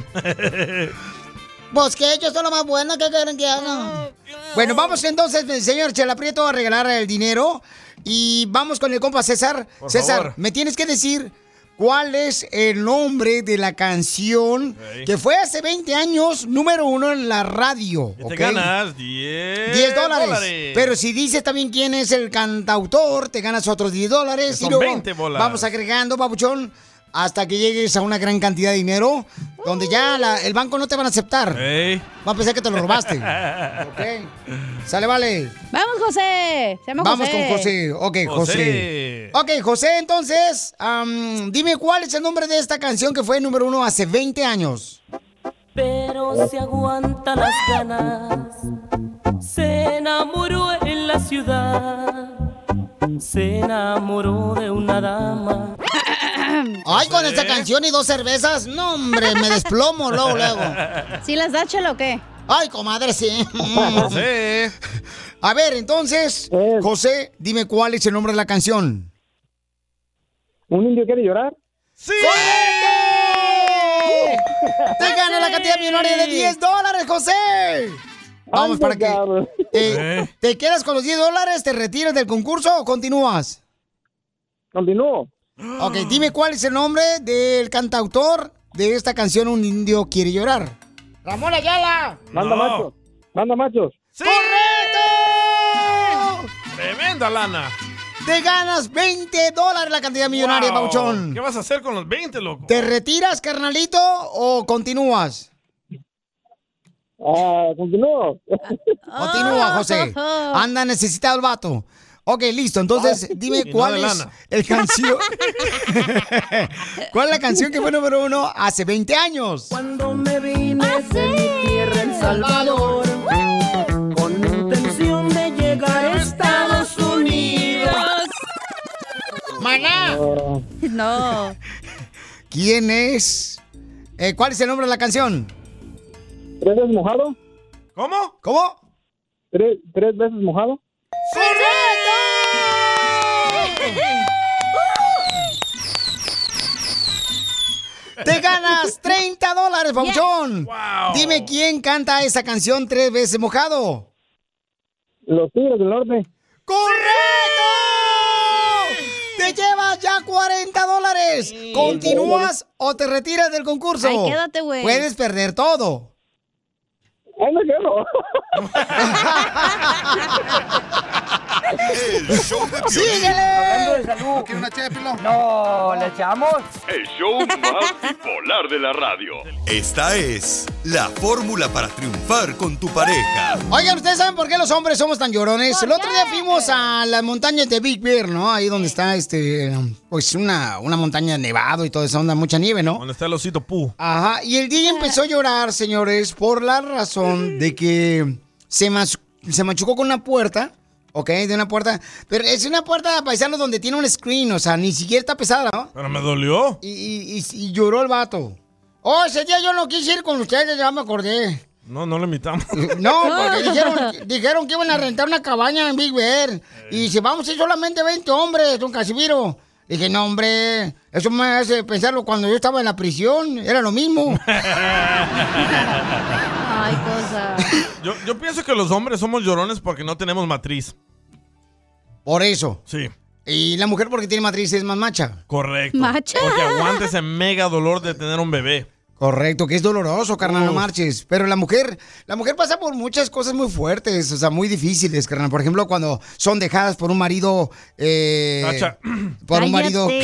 Pues que ellos son lo más bueno que quieren que hagan. Bueno, vamos entonces, señor Chela Prieto, a regalar el dinero. Y vamos con el compa César. Por César, favor. me tienes que decir cuál es el nombre de la canción que fue hace 20 años número 1 en la radio. Y ¿ok? te ganas 10 $10. Pero si dices también quién es el cantautor, te ganas otros $10. Son y luego 20 bolas. vamos agregando, papuchón, hasta que llegues a una gran cantidad de dinero, donde ya el banco no te van a aceptar. Va a pensar que te lo robaste. Ok. Sale, vale. Vamos, José. Se llama Vamos José. con José. Ok, José. Ok, José, entonces, dime cuál es el nombre de esta canción que fue número 1 hace 20 años. Pero se aguanta las ganas, se enamoró en la ciudad, se enamoró de una dama. Ay, con esta canción y 2 cervezas, no, hombre, me desplomo luego. ¿Sí las da, Chela, o qué? Ay, comadre, sí. José. A ver, entonces, José, dime cuál es el nombre de la canción. ¿Un indio quiere llorar? ¡Sí! ¡Correcto! ¡Te gana la cantidad millonaria de $10, José! Vamos, para que... ¿Te quedas con los $10? ¿Te retiras del concurso o continúas? Continúo. Ok, dime cuál es el nombre del cantautor de esta canción Un indio quiere llorar. ¡Ramón Ayala! Manda machos. Manda machos. ¡Sí! ¡Correcto! Tremenda lana. Te ganas $20 la cantidad millonaria, Wow. Pauchón. ¿Qué vas a hacer con los 20, loco? ¿Te retiras, carnalito, o continúas? Continúo. Continúa, José. Anda necesitado el vato. Ok, listo. Entonces, dime Y cuál no de es lana. el canción. ¿Cuál es la canción que fue número 1 hace 20 años? Cuando me vine de mi tierra, El Salvador, con intención de llegar a Estados Unidos. ¡Maná! No. ¿Quién es? ¿Cuál es el nombre de la canción? 3 veces mojado. ¿Cómo? ¿Cómo? 3 veces mojado. ¡Correcto! ¡Te ganas $30, Pauchón! Wow. Dime quién canta esa canción 3 veces mojado. Los Tigres del Norte. ¡Correcto! ¡Te llevas ya $40! ¿Continúas o te retiras del concurso? Ay, quédate, güey. Puedes perder todo. ¡Ay, me quedo! El show de Piolín. Hablando de salud. ¿No quiere una ché de pilón? No, ¿le echamos? El show más bipolar de la radio. Esta es la fórmula para triunfar con tu pareja. Oigan, ¿ustedes saben por qué los hombres somos tan llorones? El otro día fuimos a las montañas de Big Bear, ¿no? Ahí donde está, pues una montaña nevado y toda esa onda, mucha nieve, ¿no? ¿Dónde está el osito Pú? Ajá, y el DJ empezó a llorar, señores, por la razón de que se machucó con una puerta, ¿ok? De una puerta, pero es una puerta, paisanos, donde tiene un screen, o sea, ni siquiera está pesada, ¿no? Pero me dolió. Y lloró el vato. Oh, ese día yo no quise ir con ustedes, ya me acordé. No le invitamos. No, porque dijeron que iban a rentar una cabaña en Big Bear. Y si vamos a ir solamente 20 hombres, don Casimiro. Dije, no, hombre, eso me hace pensarlo cuando yo estaba en la prisión. Era lo mismo. Ay, cosa. Yo pienso que los hombres somos llorones porque no tenemos matriz. Por eso. Sí. Y la mujer porque tiene matriz es más macha. Correcto. Macha. Porque aguanta ese mega dolor de tener un bebé. Correcto, que es doloroso, carnal, no marches. Pero la mujer pasa por muchas cosas muy fuertes, o sea, muy difíciles, carnal. Por ejemplo, cuando son dejadas por un marido... Cacha. por un marido Cállate.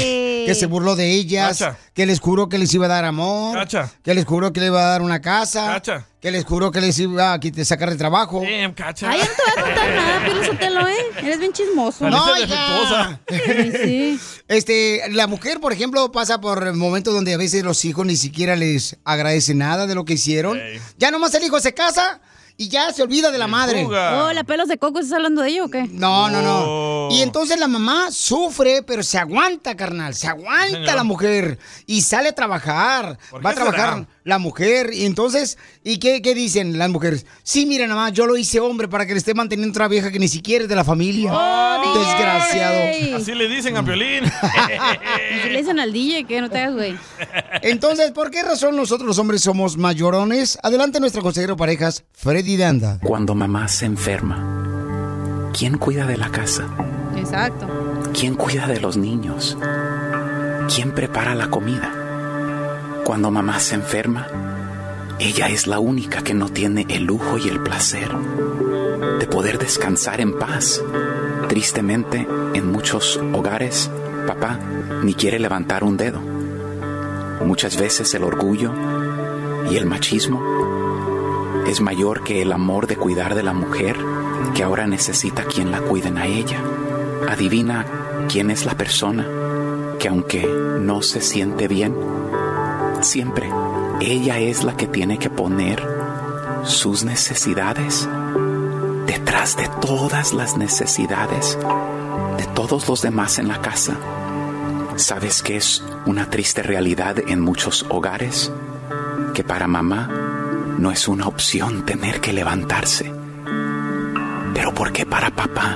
que se burló de ellas, que les juró que les iba a dar amor, que les juró que le iba a dar una casa, que les juró que les iba a sacar de trabajo. Ay, no te voy a contar nada, Piolín Sotelo, Eres bien chismoso. No, ya. Sí. La mujer, por ejemplo, pasa por momentos donde a veces los hijos ni siquiera les agradecen nada de lo que hicieron. Ya nomás el hijo se casa y ya se olvida de la madre. Oh, ¿la pelos de coco estás hablando de ello o qué? No. Y entonces la mamá sufre, pero se aguanta, carnal. Se aguanta la mujer y sale a trabajar. Va a trabajar la mujer. Y entonces, ¿y qué dicen las mujeres? Sí, mira, nada más, yo lo hice hombre para que le esté manteniendo otra vieja que ni siquiera es de la familia. Desgraciado. Así le dicen a Piolín. Así le dicen al DJ, que no te hagas, güey. Entonces, ¿por qué razón nosotros los hombres somos mayorones? Adelante nuestro consejero parejas, Freddy de Anda. Cuando mamá se enferma, ¿quién cuida de la casa? Exacto. ¿Quién cuida de los niños? ¿Quién prepara la comida? Cuando mamá se enferma, ella es la única que no tiene el lujo y el placer de poder descansar en paz. Tristemente, en muchos hogares, papá ni quiere levantar un dedo. Muchas veces el orgullo y el machismo es mayor que el amor de cuidar de la mujer, que ahora necesita quien la cuiden a ella. Adivina quién es la persona que, aunque no se siente bien, siempre ella es la que tiene que poner sus necesidades detrás de todas las necesidades de todos los demás en la casa. ¿Sabes qué es una triste realidad en muchos hogares? Que para mamá no es una opción tener que levantarse. Pero ¿por qué para papá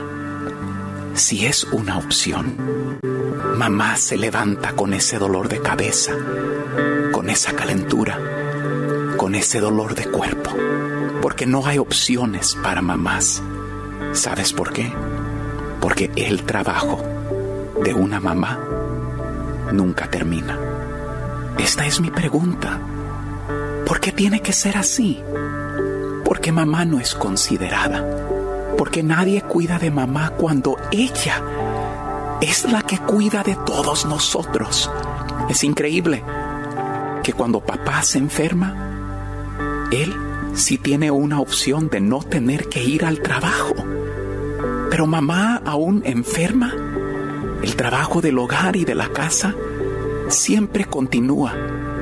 sí es una opción? Mamá se levanta con ese dolor de cabeza, con esa calentura, con ese dolor de cuerpo, porque no hay opciones para mamás. ¿Sabes por qué? Porque el trabajo de una mamá nunca termina. Esta es mi pregunta. ¿Por qué tiene que ser así? Porque mamá no es considerada. Porque nadie cuida de mamá cuando ella es la que cuida de todos nosotros. Es increíble que cuando papá se enferma, él sí tiene una opción de no tener que ir al trabajo. Pero mamá, aún enferma, el trabajo del hogar y de la casa siempre continúa.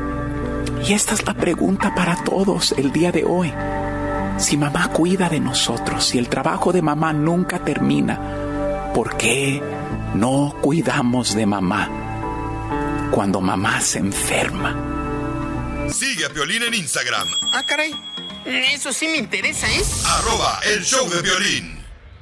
Y esta es la pregunta para todos el día de hoy. Si mamá cuida de nosotros, si el trabajo de mamá nunca termina, ¿por qué no cuidamos de mamá cuando mamá se enferma? Sigue a Piolín en Instagram. Ah, caray. Eso sí me interesa, ¿eh? @el show de Piolín.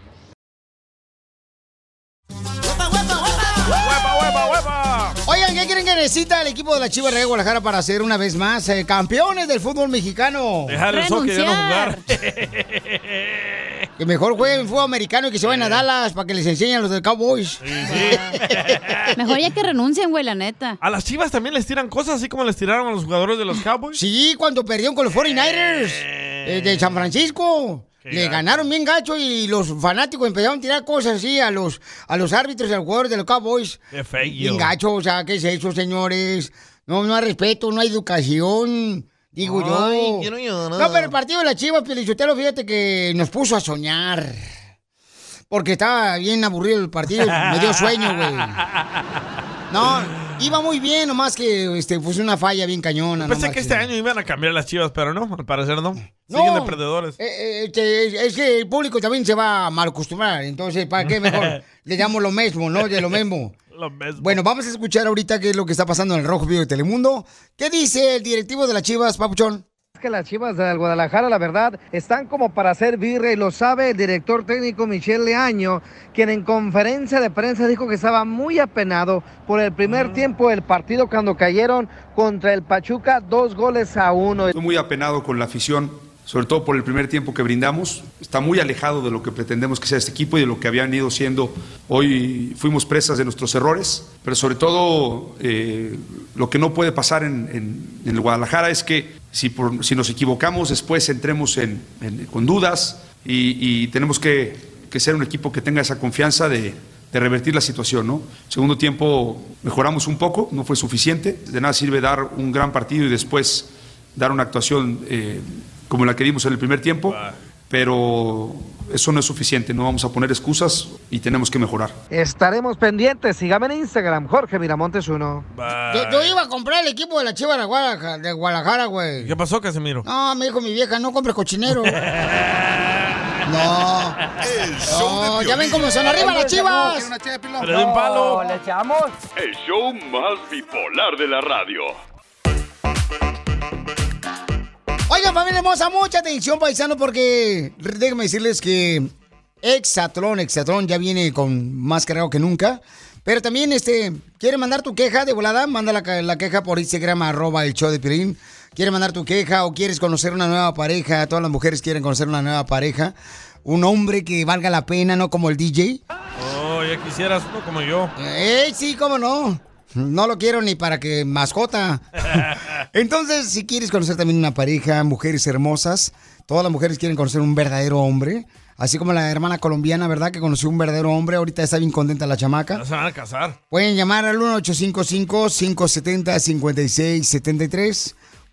Oigan, ¿qué creen que necesita el equipo de la Chivas de Guadalajara para ser una vez más campeones del fútbol mexicano? Dejar el soccer y no jugar. Que mejor jueguen fútbol americano y que se vayan a Dallas para que les enseñen a los del Cowboys. Mejor ya que renuncien, güey, la neta. ¿A las Chivas también les tiran cosas así como les tiraron a los jugadores de los Cowboys? Sí, cuando perdieron con los 49ers de San Francisco. Le ganaron bien gacho y los fanáticos empezaron a tirar cosas así a los árbitros y a los jugadores de los Cowboys. Qué feo. Bien gacho, o sea, ¿qué es eso, señores? No hay respeto, no hay educación, digo yo. Quiero llorar. No, pero el partido de la Chivas, Pielichotelo, fíjate que nos puso a soñar. Porque estaba bien aburrido el partido, me dio sueño, güey. No, iba muy bien, nomás que fue una falla bien cañona. Pensé que este año iban a cambiar las Chivas, pero no, al parecer no. Siguen de perdedores. Es que el público también se va a mal acostumbrar, entonces, ¿para qué mejor? Le damos lo mismo, ¿no? De lo mismo. Lo mismo. Bueno, vamos a escuchar ahorita qué es lo que está pasando en el Rojo Vivo de Telemundo. ¿Qué dice el directivo de las Chivas, Papuchón? Es que las Chivas del Guadalajara, la verdad, están como para hacer birra y lo sabe el director técnico Michel Leaño, quien en conferencia de prensa dijo que estaba muy apenado por el primer tiempo del partido cuando cayeron contra el Pachuca 2-1. Estoy muy apenado con la afición, sobre todo por el primer tiempo que brindamos. Está muy alejado de lo que pretendemos que sea este equipo y de lo que habían ido siendo. Hoy fuimos presas de nuestros errores, pero sobre todo lo que no puede pasar en el Guadalajara es que si nos equivocamos después entremos con dudas y tenemos que ser un equipo que tenga esa confianza de revertir la situación, ¿no? Segundo tiempo mejoramos un poco, no fue suficiente. De nada sirve dar un gran partido y después dar una actuación como la que dimos en el primer tiempo, pero eso no es suficiente. No vamos a poner excusas y tenemos que mejorar. Estaremos pendientes. Sígame en Instagram, Jorge Miramontes 1. Yo iba a comprar el equipo de la Chivas de Guadalajara, güey. ¿Qué pasó, Casimiro? No, me dijo mi vieja, no compres cochinero. No. No, ya ven cómo son arriba las Chivas. ¡Le doy un palo! ¿Le echamos? El show más bipolar de la radio. Oigan, familia hermosa, mucha atención, paisano, porque déjenme decirles que Exatlón ya viene con más cargado que nunca. Pero también, ¿quiere mandar tu queja de volada? Manda la queja por Instagram, @elshowdepiolín. ¿Quieres mandar tu queja o quieres conocer una nueva pareja? Todas las mujeres quieren conocer una nueva pareja. Un hombre que valga la pena, no como el DJ. Oh, ya quisieras uno como yo. Sí, cómo no. No lo quiero ni para que mascota. Entonces, si quieres conocer también una pareja, mujeres hermosas, todas las mujeres quieren conocer un verdadero hombre. Así como la hermana colombiana, ¿verdad? Que conoció un verdadero hombre. Ahorita está bien contenta la chamaca. Ya se van a casar. Pueden llamar al 1-855-570-5673.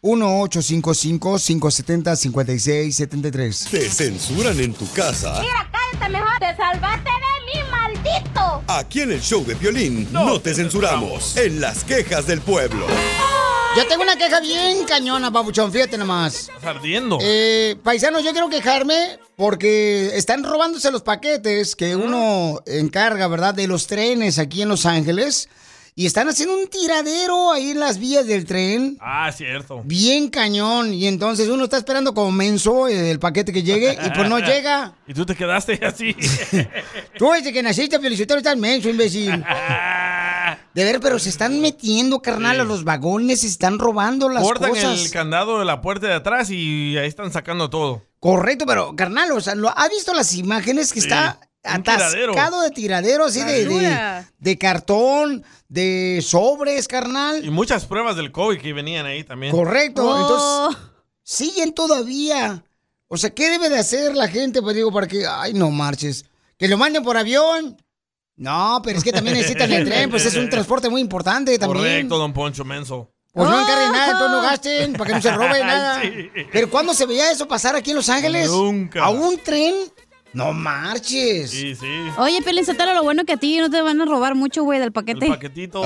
1-855-570-5673. ¿Te censuran en tu casa? Mira, cállate mejor. Te salvaste de mí, maldito. Aquí en el show de Piolín no te censuramos. En las quejas del pueblo. Yo tengo una queja bien cañona, papuchón, fíjate nomás. Estás ardiendo. Paisanos, yo quiero quejarme porque están robándose los paquetes que uno encarga, ¿verdad? De los trenes aquí en Los Ángeles. Y están haciendo un tiradero ahí en las vías del tren. Ah, cierto. Bien cañón. Y entonces uno está esperando como menso el paquete que llegue y pues no llega. Y tú te quedaste así. Tú desde que naciste, Felicitero, estás menso, imbécil. De ver, pero se están metiendo, carnal, a los vagones, se están robando las Cortan cosas. el candado de la puerta de atrás y ahí están sacando todo. Correcto, pero, carnal, o sea, ¿has visto las imágenes que está atascado de tiradero, así de cartón, de sobres, carnal? Y muchas pruebas del COVID que venían ahí también. Correcto, entonces siguen todavía. O sea, ¿qué debe de hacer la gente? Pues digo, para que, ay, no marches, que lo manden por avión. No, pero es que también necesitan el tren, pues es un transporte muy importante también. Correcto, don Poncho Menso. Pues no encarguen nada, entonces no gasten, para que no se roben nada. Sí. Pero ¿cuándo se veía eso pasar aquí en Los Ángeles? Nunca. ¿A un tren? No marches. Sí, sí. Oye, Pelín Sotelo, lo bueno que a ti no te van a robar mucho, güey, del paquete. El paquetito.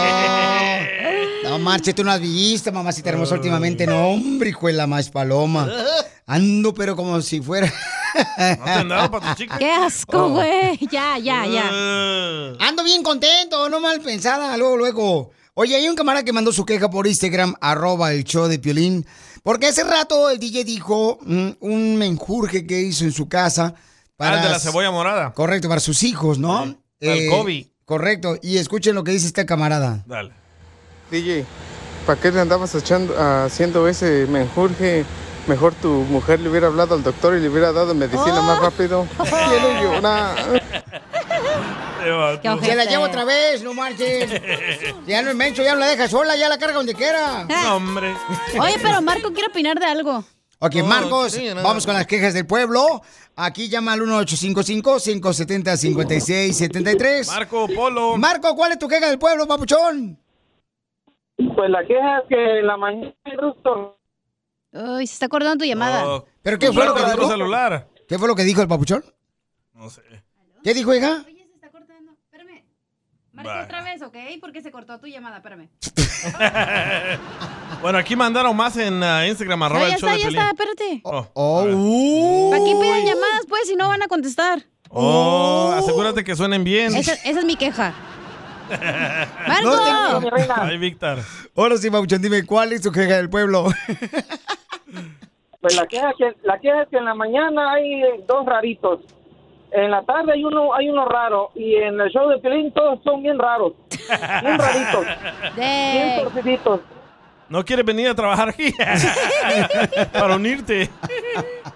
No marches, tú no has visto, mamacita hermosa, últimamente. No, hombre, hijo de la más paloma. Ando, pero como si fuera... ¿No te han dado para tu chica? ¡Qué asco, güey! Ya. Ando bien contento, no mal pensada, luego. Oye, hay un camarada que mandó su queja por Instagram, @elshowdepiolín, porque hace rato el DJ dijo un menjurje que hizo en su casa. El de la cebolla morada. Correcto, para sus hijos, ¿no? El COVID. Correcto, y escuchen lo que dice este camarada. Dale. DJ, ¿para qué le andabas haciendo ese menjurje? Mejor tu mujer le hubiera hablado al doctor y le hubiera dado medicina más rápido. Quiero llorar. Se la llevo otra vez, no marchen. Ya no es menso, ya no la deja sola, ya la carga donde quiera. No, hombre. Oye, pero Marco quiere opinar de algo. Ok, Marcos, sí, vamos con las quejas del pueblo. Aquí llama al 1-855-570-5673. Marco Polo. Marco, ¿cuál es tu queja del pueblo, papuchón? Pues la queja es que en la mañana Uy, se está acordando tu llamada. ¿Pero qué fue lo que dijo? dijo? Celular. ¿Qué fue lo que dijo el papuchón? No sé. ¿Qué dijo, hija? Oye, se está cortando. Espérame. Marco otra vez, ¿ok? Porque se cortó tu llamada, espérame. Bueno, aquí mandaron más en Instagram, Ya está, espérate. Oh. Aquí piden llamadas, pues, si no van a contestar. Asegúrate que suenen bien. Esa es mi queja. ¡Marco! Ay, Víctor. Ahora sí, papuchón, dime, ¿cuál es tu queja del pueblo? Pues la queja es que en la mañana hay dos raritos. En la tarde hay uno raro. Y en el show de Piolín todos son bien raros. Bien raritos. Bien torciditos. ¿No quieres venir a trabajar aquí? Para unirte.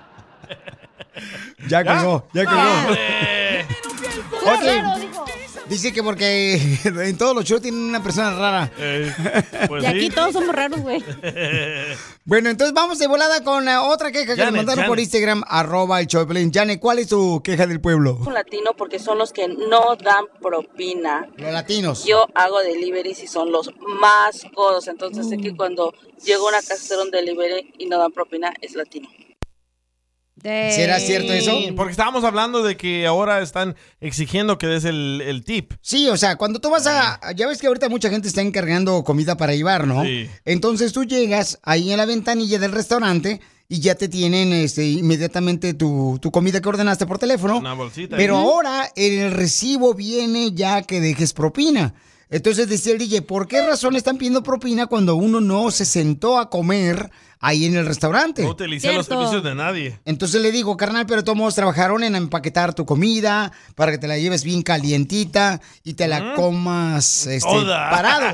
Ya colgó. Ok. Dice que porque en todos los shows tienen una persona rara. Y aquí todos somos raros, güey. Bueno, entonces vamos de volada con otra queja que nos mandaron por Instagram, @el show de Piolín. Janet, ¿cuál es tu queja del pueblo? Un latino porque son los que no dan propina. Los latinos. Yo hago deliveries y son los más codos. Entonces sé que cuando llego a una casa a hacer un delivery y no dan propina, es latino. ¿Será cierto eso? Sí, porque estábamos hablando de que ahora están exigiendo que des el tip. Sí, o sea, cuando tú vas ya ves que ahorita mucha gente está encargando comida para llevar, ¿no? Sí. Entonces tú llegas ahí en la ventanilla del restaurante y ya te tienen inmediatamente tu comida que ordenaste por teléfono. Una bolsita. Pero ahora en el recibo viene ya que dejes propina. Entonces decía el DJ, ¿por qué razón están pidiendo propina cuando uno no se sentó a comer ahí en el restaurante? No utilicé los servicios de nadie. Entonces le digo, carnal, pero todos trabajaron en empaquetar tu comida para que te la lleves bien calientita y te la comas Toda. parado.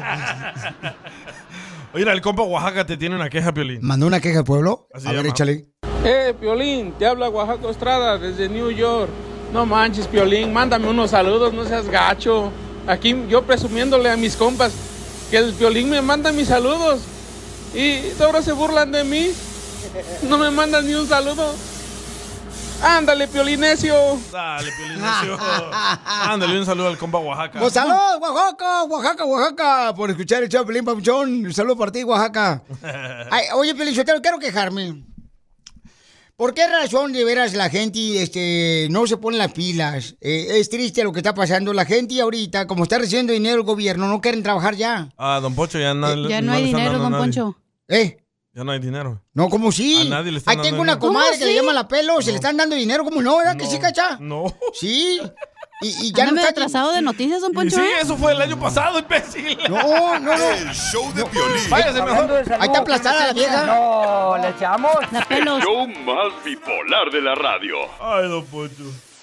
Oye, el compa Oaxaca te tiene una queja, Piolín. ¿Mandó una queja al pueblo? Así A ver, llama. échale. Piolín, te habla Oaxaca Estrada desde New York. No manches, Piolín, mándame unos saludos, no seas gacho. Aquí yo presumiéndole a mis compas que el Piolín me manda mis saludos y ahora se burlan de mí. No me mandan ni un saludo. Ándale, Piolinesio. Dale, Piolinesio. Ándale, un saludo al compa Oaxaca. ¡Oh, saludos, Oaxaca, Oaxaca, Oaxaca! Por escuchar el show de Piolín, papuchón. Un saludo para ti, Oaxaca. Ay, oye, Piolín, yo quiero quejarme. ¿Por qué razón de veras la gente no se pone las pilas? Es triste lo que está pasando. La gente ahorita, como está recibiendo dinero del gobierno, no quieren trabajar ya. Don Poncho, ya no, Ya no hay dinero, don Poncho. Ya no hay dinero. No, ¿cómo sí? A nadie le están Ahí dando tengo una dinero. comadre ¿Cómo que le sí? llama la pelo, se le están dando dinero, ¿cómo no? ¿Verdad que sí, cacha? No. Sí. Y ya Ándame no está atrasado de noticias, don Poncho. Sí, eso fue el año pasado, imbécil. No. El show de Piolín. Váyase mejor. Ahí está aplastada la vieja. No, le echamos. La pelos. Show más bipolar de la radio. Ay, don Poncho.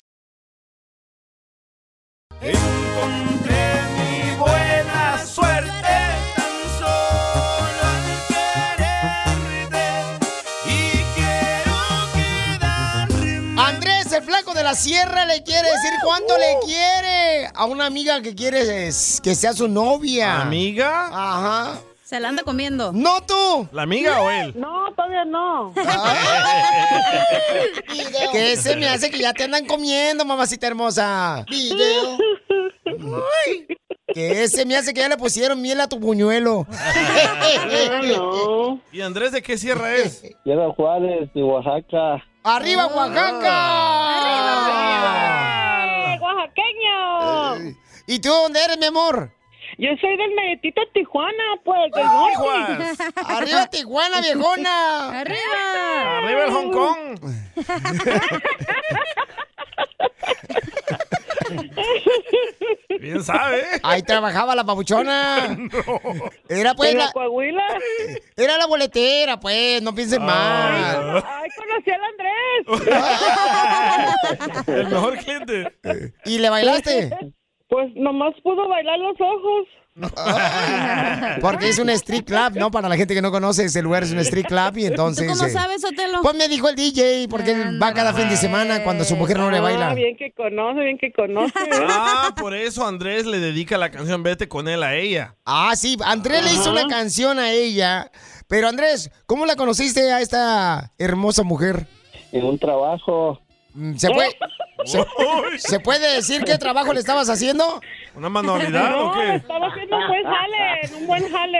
Encontré mi buena suerte tan solo al quererte y quiero quedarme. Andrés, el flaco de la sierra, le quiere decir cuánto le quiere a una amiga que quiere que sea su novia. ¿Amiga? Ajá. Se la anda comiendo. ¡No tú! ¿La amiga o él? No, todavía no. ¿Qué se me hace que ya te andan comiendo, mamacita hermosa? Video. Ay, ¿qué se me hace que ya le pusieron miel a tu buñuelo? No. ¿Y Andrés de qué sierra es? Piedra Juárez, de Oaxaca. ¡Arriba, Oaxaca! ¡Arriba! ¡Oaxaqueño! ¿Y tú dónde eres, mi amor? Yo soy del meditito Tijuana, pues, del norte. ¡Arriba, Tijuana, viejona! ¡Arriba! ¡Arriba el Hong Kong! Bien sabe. Ahí trabajaba la papuchona. Era pues ¿En la Coahuila? Era la boletera, pues, no piensen mal. Ay, conocí al Andrés. El mejor cliente. ¿Y le bailaste? Pues nomás pudo bailar los ojos. Porque es un street club, ¿no? Para la gente que no conoce, ese lugar es un street club y entonces... ¿Tú cómo sabes, Otelo? Pues me dijo el DJ, porque él va cada fin de semana cuando su mujer no le baila. Ah, bien que conoce, bien que conoce. Ah, por eso Andrés le dedica la canción Vete con él a ella. Ah, sí, Andrés le hizo una canción a ella. Pero Andrés, ¿cómo la conociste a esta hermosa mujer? En un trabajo. ¿Se puede decir qué trabajo le estabas haciendo? ¿Una manualidad o qué? Estaba haciendo un buen jale.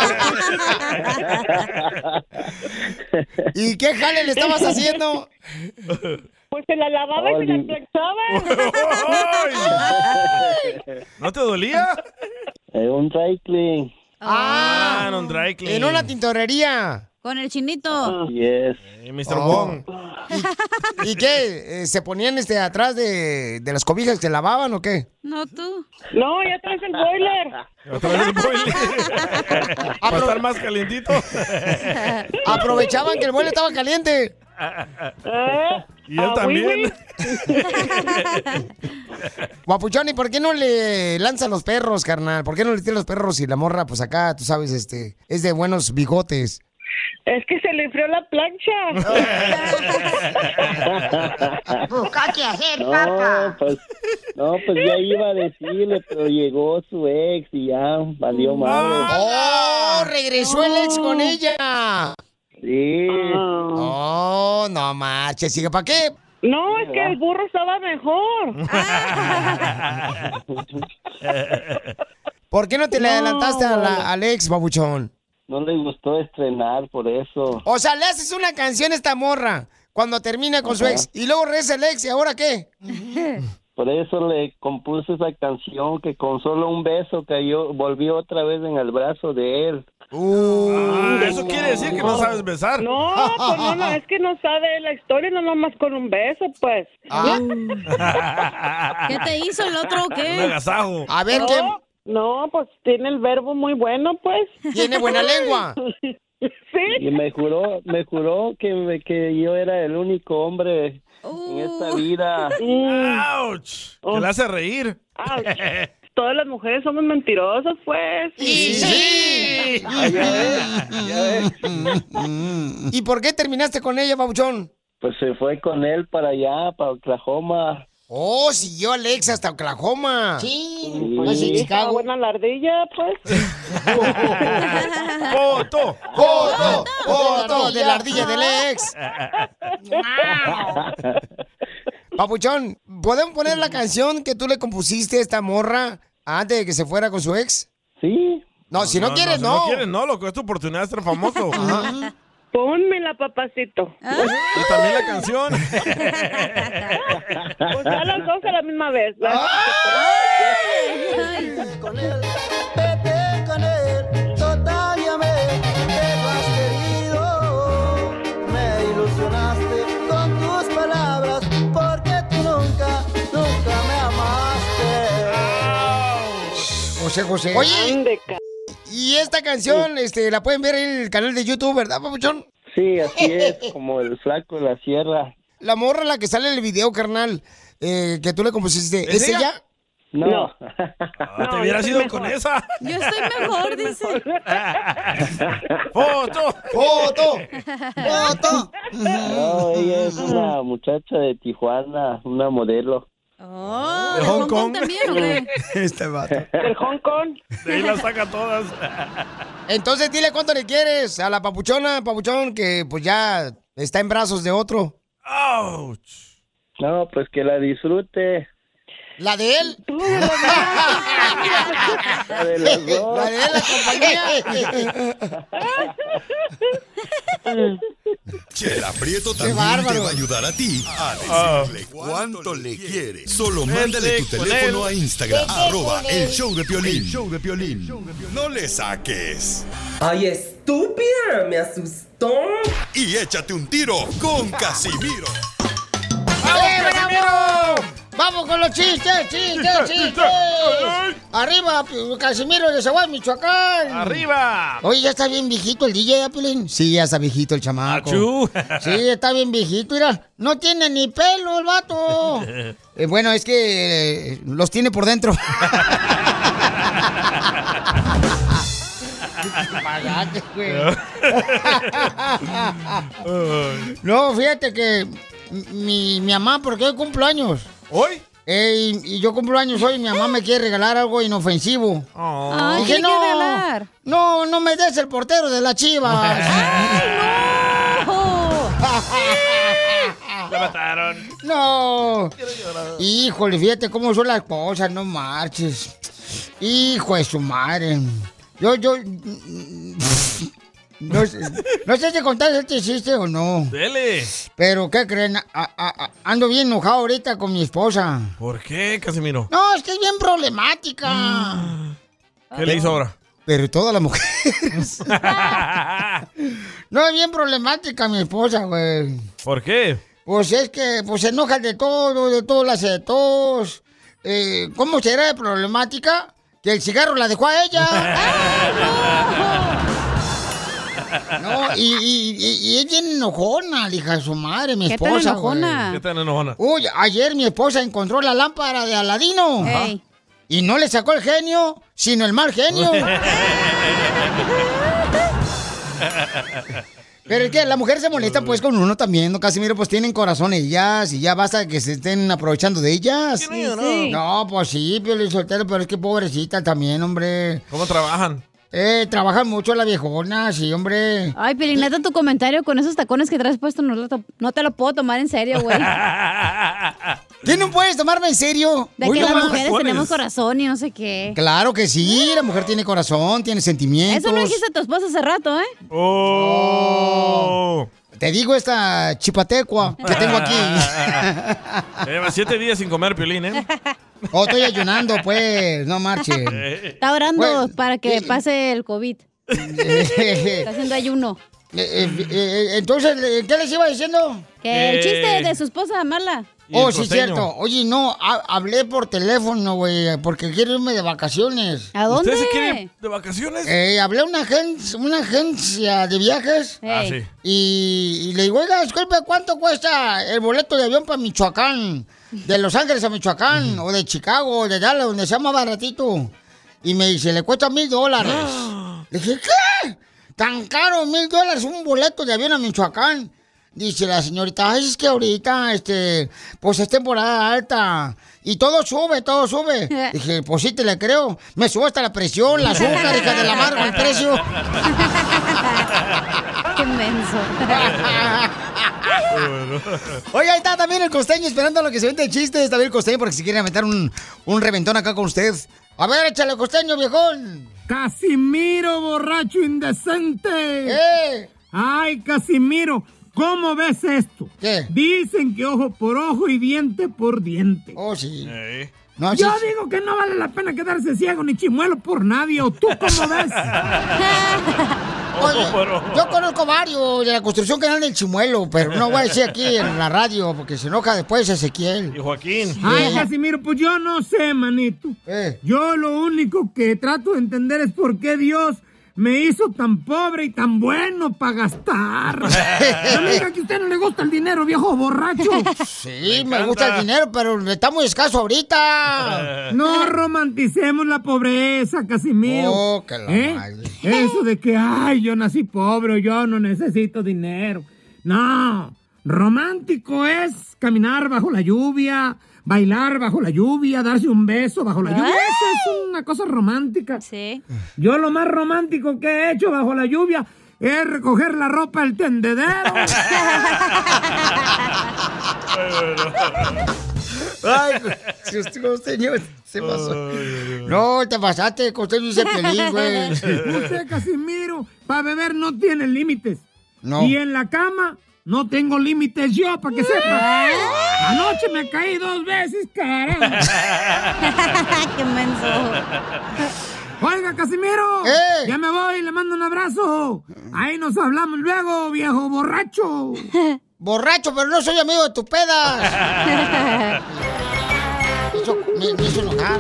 ¿Y qué jale le estabas haciendo? Pues se la lavaba y se la flexaba. ¿No te dolía? En un dry clean. En un dry clean. En una tintorería. Con el chinito. Yes. Mr. Wong. ¿Y qué? ¿Se ponían atrás de las cobijas que lavaban o qué? No, tú. No, ya traes el boiler. ¿Otra vez el boiler? ¿Para estar más calientito? Aprovechaban que el boiler estaba caliente. Y él también. Guapuchón, ¿y por qué no le lanzan los perros, carnal? ¿Por qué no le tiran los perros y la morra, pues acá, tú sabes, es de buenos bigotes? Es que se le enfrió la plancha. Busca qué hacer, No, papá. pues ya iba a decirle, pero llegó su ex y ya valió madre. ¡Oh! Regresó el ex con ella. Sí. Oh, no marches, sigue, ¿para qué? No, es que el burro estaba mejor. ¿Por qué no te le adelantaste al ex, babuchón? No le gustó estrenar, por eso. O sea, le haces una canción a esta morra cuando termina con su Ajá. ex y luego regresa el ex, ¿y ahora qué? Por eso le compuse esa canción que con solo un beso volvió otra vez en el brazo de él. Eso quiere decir que no sabes besar. No, pues no, es que no sabe la historia, no nomás con un beso, pues. ¿Qué te hizo el otro o qué? Un agasajo. A ver, no, ¿qué? No, pues tiene el verbo muy bueno, pues. Tiene buena lengua. Sí. Y me juró que yo era el único hombre en esta vida. ¡Auch! Que le hace reír. Todas las mujeres somos mentirosas, pues. Sí. ¿Y por qué terminaste con ella, babuchón? Pues se fue con él para allá, para Oklahoma. Oh, siguió al ex hasta Oklahoma. Sí, Pues en estaba Chicago. buena la ardilla, pues. ¡Foto! ¡Foto de la ardilla del ex! Papuchón, ¿podemos poner la canción que tú le compusiste a esta morra antes de que se fuera con su ex? Sí. No, si no quieres, Si no. no quieres, no, loco. Es tu oportunidad de ser famoso. Pónmela, papacito. Y también la canción. Pues a las dos a la misma vez. ¿verdad? Con él, vete con él, totalmente lo has querido. Me ilusionaste con tus palabras, porque tú nunca me amaste. José. Oye, y esta canción, la pueden ver en el canal de YouTube, ¿verdad, papuchón? Sí, así es, como el flaco de la sierra. La morra, la que sale en el video, carnal, que tú le compusiste, ¿es ella? No. Te hubieras ido con esa. Yo estoy mejor, dice. ¡Foto! No, ella es una muchacha de Tijuana, una modelo. Oh, ¿De Hong Kong también, ¿o qué? Este vato. ¿Del Hong Kong? De ahí las saca todas. Entonces dile cuánto le quieres a la papuchón, que pues ya está en brazos de otro. ¡Auch! No, pues que la disfrute. ¿La de él? La de los dos. La de él, la compañía. Chela Prieto también te va a ayudar a ti a decirle cuánto le quiere. Solo mándale tu teléfono a Instagram, @el show de Piolín. No le saques. ¡Ay, estúpida! ¡Me asustó! Y échate un tiro con Casimiro. ¡Casimiro! ¡Vamos con los chistes! ¡Arriba, Casimiro de Zaguay, Michoacán! ¡Arriba! Oye, ya está bien viejito el DJ, Pelín. Sí, ya está viejito el chamaco. ¡Achú! Sí, está bien viejito, mira. No tiene ni pelo el vato. Bueno, es que los tiene por dentro. No, fíjate que mi mamá, porque hoy cumplo años. ¿Hoy? Y yo cumplo años hoy, mi mamá me quiere regalar algo inofensivo. Ay, Dije, ¿qué le quiere regalar? no me des el portero de la Chivas. ¡Ay, no! La mataron. No. Híjole, fíjate cómo son las cosas, no marches. Hijo de su madre. Yo no sé si contar este chiste o no. Dele. Pero, ¿qué creen? Ando bien enojado ahorita con mi esposa. ¿Por qué, Casimiro? No, es que es bien problemática. ¿Qué le hizo ahora? Pero todas las mujeres. No, es bien problemática mi esposa, güey. ¿Por qué? Pues es que se enoja de todo la hace de todos. ¿Cómo será de problemática? Que el cigarro la dejó a ella. No, y es bien enojona, la hija de su madre, mi esposa. ¿Qué tan enojona? ¿Qué tan enojona? Uy, ayer mi esposa encontró la lámpara de Aladino. Hey. Y no le sacó el genio, sino el mal genio. Pero es que las mujeres se molestan pues con uno también, ¿no? Casimiro, pues tienen corazón ellas y ya basta que se estén aprovechando de ellas. Sí. No, pues sí, Piolín Sotelo, pero es que pobrecita también, hombre. ¿Cómo trabajan? Trabajan mucho las viejonas, sí, hombre. Ay, Piolín, neta, tu comentario con esos tacones que traes puesto no te lo puedo tomar en serio, güey. ¿Qué no puedes tomarme en serio? De que las mujeres tenemos corazón y no sé qué. Claro que sí, la mujer tiene corazón, tiene sentimientos. Eso no dijiste a tu esposa hace rato, ¿eh? ¡Oh! Te digo esta chipatecua que tengo aquí. Lleva 7 días sin comer, Piolín, ¿eh? Oh, estoy ayunando, pues, no marche. Está orando para que pase el COVID. Está haciendo ayuno. Entonces, ¿qué les iba diciendo? Que el chiste de su esposa mala. Oh, sí, cierto. Oye, no, hablé por teléfono, güey, porque quiero irme de vacaciones. ¿A dónde? ¿Usted se quiere ir de vacaciones? Hablé a una agencia de viajes. Ah, sí. Y le digo, oiga, disculpe, ¿cuánto cuesta el boleto de avión para Michoacán? De Los Ángeles a Michoacán, o de Chicago, o de Dallas, donde sea más baratito. Y me dice, le cuesta $1,000. Le dije, ¿qué? ¿Tan caro, $1,000 un boleto de avión a Michoacán? Dice la señorita, ay, es que ahorita, pues es temporada alta. Y todo sube. Dije, pues sí, te le creo. Me subo hasta la presión, la azúcar, hija de la madre, el precio. Qué menso. Oye, ahí está también el costeño esperando a lo que se vende el chiste. Está bien el costeño porque si quiere aventar un reventón acá con usted. A ver, échale costeño, viejón. Casimiro, borracho indecente. Ay, Casimiro, ¿cómo ves esto? ¿Qué? Dicen que ojo por ojo y diente por diente. Oh, sí. No, yo digo que no vale la pena quedarse ciego ni chimuelo por nadie. ¿O tú cómo ves? Oye, yo conozco varios de la construcción canal del Chimuelo, pero no voy a decir aquí en la radio porque se enoja después Ezequiel. Y Joaquín. Ay, Casimiro, pues yo no sé, manito. Yo lo único que trato de entender es por qué Dios me hizo tan pobre y tan bueno para gastar. No me diga que a usted no le gusta el dinero, viejo borracho. Sí, me gusta el dinero, pero está muy escaso ahorita. No romanticemos la pobreza, Casimiro. Oh, que la madre. Eso de que, ay, yo nací pobre, yo no necesito dinero. No, romántico es caminar bajo la lluvia, bailar bajo la lluvia, darse un beso bajo la lluvia. Eso es una cosa romántica. Sí. Yo lo más romántico que he hecho bajo la lluvia es recoger la ropa del tendedero. Ay, costeño, se pasó. No, te pasaste, costeño, dice Piolín, güey. Usted, Casimiro, para beber no tiene límites. No. Y en la cama no tengo límites yo, para que sepa. Anoche me caí 2 veces, caramba. Qué menso. Oiga, Casimiro, ya me voy, le mando un abrazo. Ahí nos hablamos luego, viejo borracho. Borracho, pero no soy amigo de tu peda. Me hizo enojar.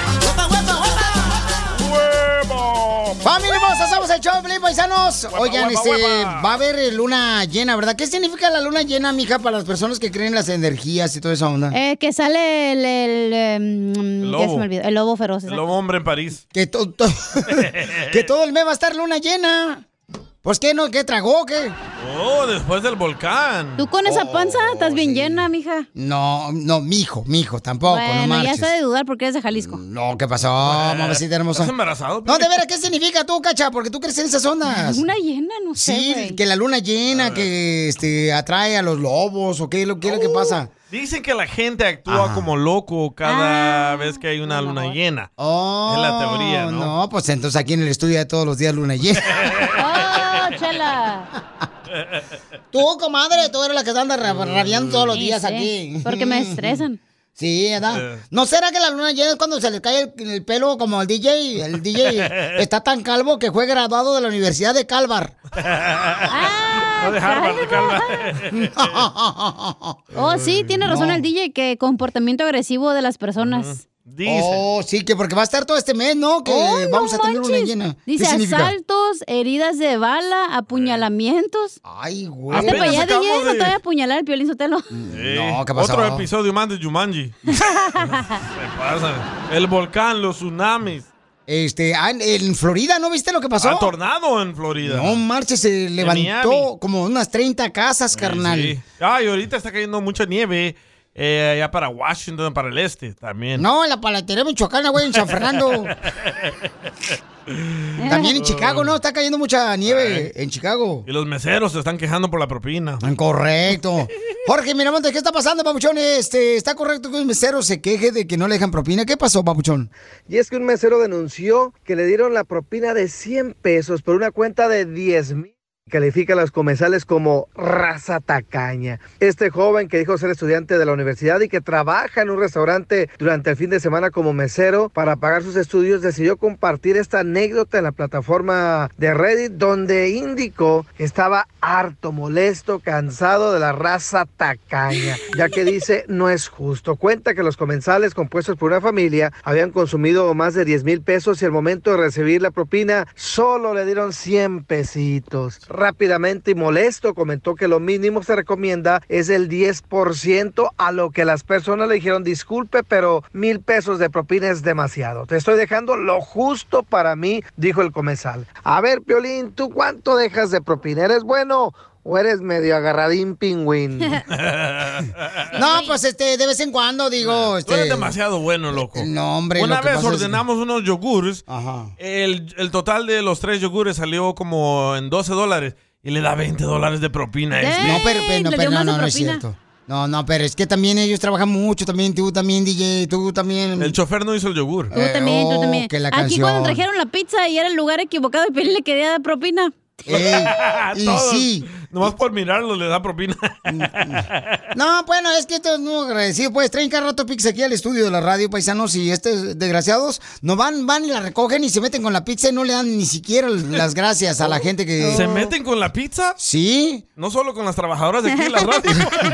¡Familia hermosa! Somos el show de Pelín, paisanos. Oigan, va a haber luna llena, ¿verdad? ¿Qué significa la luna llena, mija, para las personas que creen en las energías y toda esa onda? Que sale el lobo. Ya se me olvidó. El lobo feroz. El lobo hombre en París. Que todo el mes va a estar luna llena. Pues, ¿qué no? ¿Qué tragó? ¿Qué? Oh, después del volcán. Tú con esa panza estás bien llena, mija. No, mijo, tampoco, bueno, no marches. ya está de dudar porque eres de Jalisco. No, ¿qué pasó, mamacita hermosa? ¿Estás embarazado? No, de veras, ¿qué significa tú, Cacha? Porque tú crees en esas ondas. Luna llena, no sé, Sí, güey. que la luna llena, que atrae a los lobos, o qué es lo que pasa. Dicen que la gente actúa como loco cada vez que hay una luna llena. Oh, es la teoría, ¿no? No, pues entonces aquí en el estudio de todos los días luna llena. ¡Oh, chela! Tú, comadre, tú eres la que anda rabiando todos los días aquí. Porque me estresan. Sí, ¿verdad? ¿No será que la luna llena es cuando se le cae el pelo como al DJ? El DJ está tan calvo que fue graduado de la Universidad de Calvar. No de Harvard, de Calvar. Oh, sí, tiene razón el DJ, que comportamiento agresivo de las personas. Dice. Oh, sí, que porque va a estar todo este mes, ¿no? Que vamos a tener luna llena. Dice ¿Qué significa? asaltos, heridas de bala, apuñalamientos. Ay, güey. Hazte para allá, DJ, no te voy a apuñalar el Piolín Sotelo. No, ¿qué pasó? Otro episodio más de Jumanji. Se pasa. El volcán, los tsunamis. En Florida, ¿no viste lo que pasó? Tornado en Florida. No marches, se levantó Miami. como unas 30 casas, carnal. Sí. Y ahorita está cayendo mucha nieve allá para Washington, para el este también. No, en la palatería michoacana, güey, en San Fernando. También en Chicago, ¿no? Está cayendo mucha nieve en Chicago. Y los meseros se están quejando por la propina. Correcto. Jorge Miramontes, ¿qué está pasando, papuchón? ¿Está correcto que un mesero se queje de que no le dejan propina? ¿Qué pasó, papuchón? Y es que un mesero denunció que le dieron la propina de 100 pesos por una cuenta de 10,000. Califica a los comensales como raza tacaña. Este joven que dijo ser estudiante de la universidad y que trabaja en un restaurante durante el fin de semana como mesero para pagar sus estudios, decidió compartir esta anécdota en la plataforma de Reddit, donde indicó que estaba harto, molesto, cansado de la raza tacaña, ya que dice no es justo. Cuenta que los comensales compuestos por una familia habían consumido más de 10,000 pesos y al momento de recibir la propina solo le dieron 100 pesitos. Rápidamente y molesto comentó que lo mínimo se recomienda es el 10%, a lo que las personas le dijeron disculpe, pero 1,000 pesos de propina es demasiado. Te estoy dejando lo justo para mí, dijo el comensal. A ver, Piolín, ¿tú cuánto dejas de propina? ¿Eres bueno o eres medio agarradín pingüín? No, pues de vez en cuando, digo... Tú eres demasiado bueno, loco. No, hombre. Una vez ordenamos unos yogures. El total de los 3 yogures salió como en $12 y le da $20 de propina. No, pero no es cierto. No, pero es que también ellos trabajan mucho, también tú también, DJ, tú también. El chofer no hizo el yogur. Tú también. Que la Aquí canción. cuando trajeron la pizza y era el lugar equivocado y Pelín le quería dar propina. Y sí. Nomás por mirarlo le da propina. No, bueno, es que esto es muy agradecido. Pues traen cada rato pizza aquí al estudio de la radio, paisanos, y estos desgraciados no van y la recogen y se meten con la pizza y no le dan ni siquiera las gracias a la gente que... ¿Se meten con la pizza? Sí. No solo con las trabajadoras de aquí en la radio.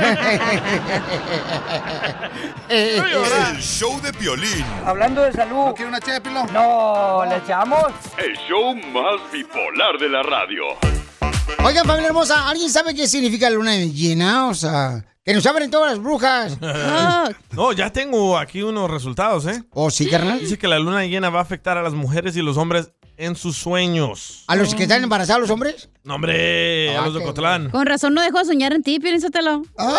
El show de Piolín. Hablando de salud. ¿No quiere una ché de pilón? No, ¿le echamos? El show más bipolar de la radio. Oigan, familia hermosa, ¿alguien sabe qué significa la luna llena? O sea, que nos abren todas las brujas. No, ya tengo aquí unos resultados, ¿eh? ¿Oh, sí, carnal? Dice que la luna llena va a afectar a las mujeres y los hombres en sus sueños. ¿A los que están embarazados los hombres? No, hombre, a los de Cotlán. Con razón no dejó de soñar en ti, piénsatelo. ¡Ay,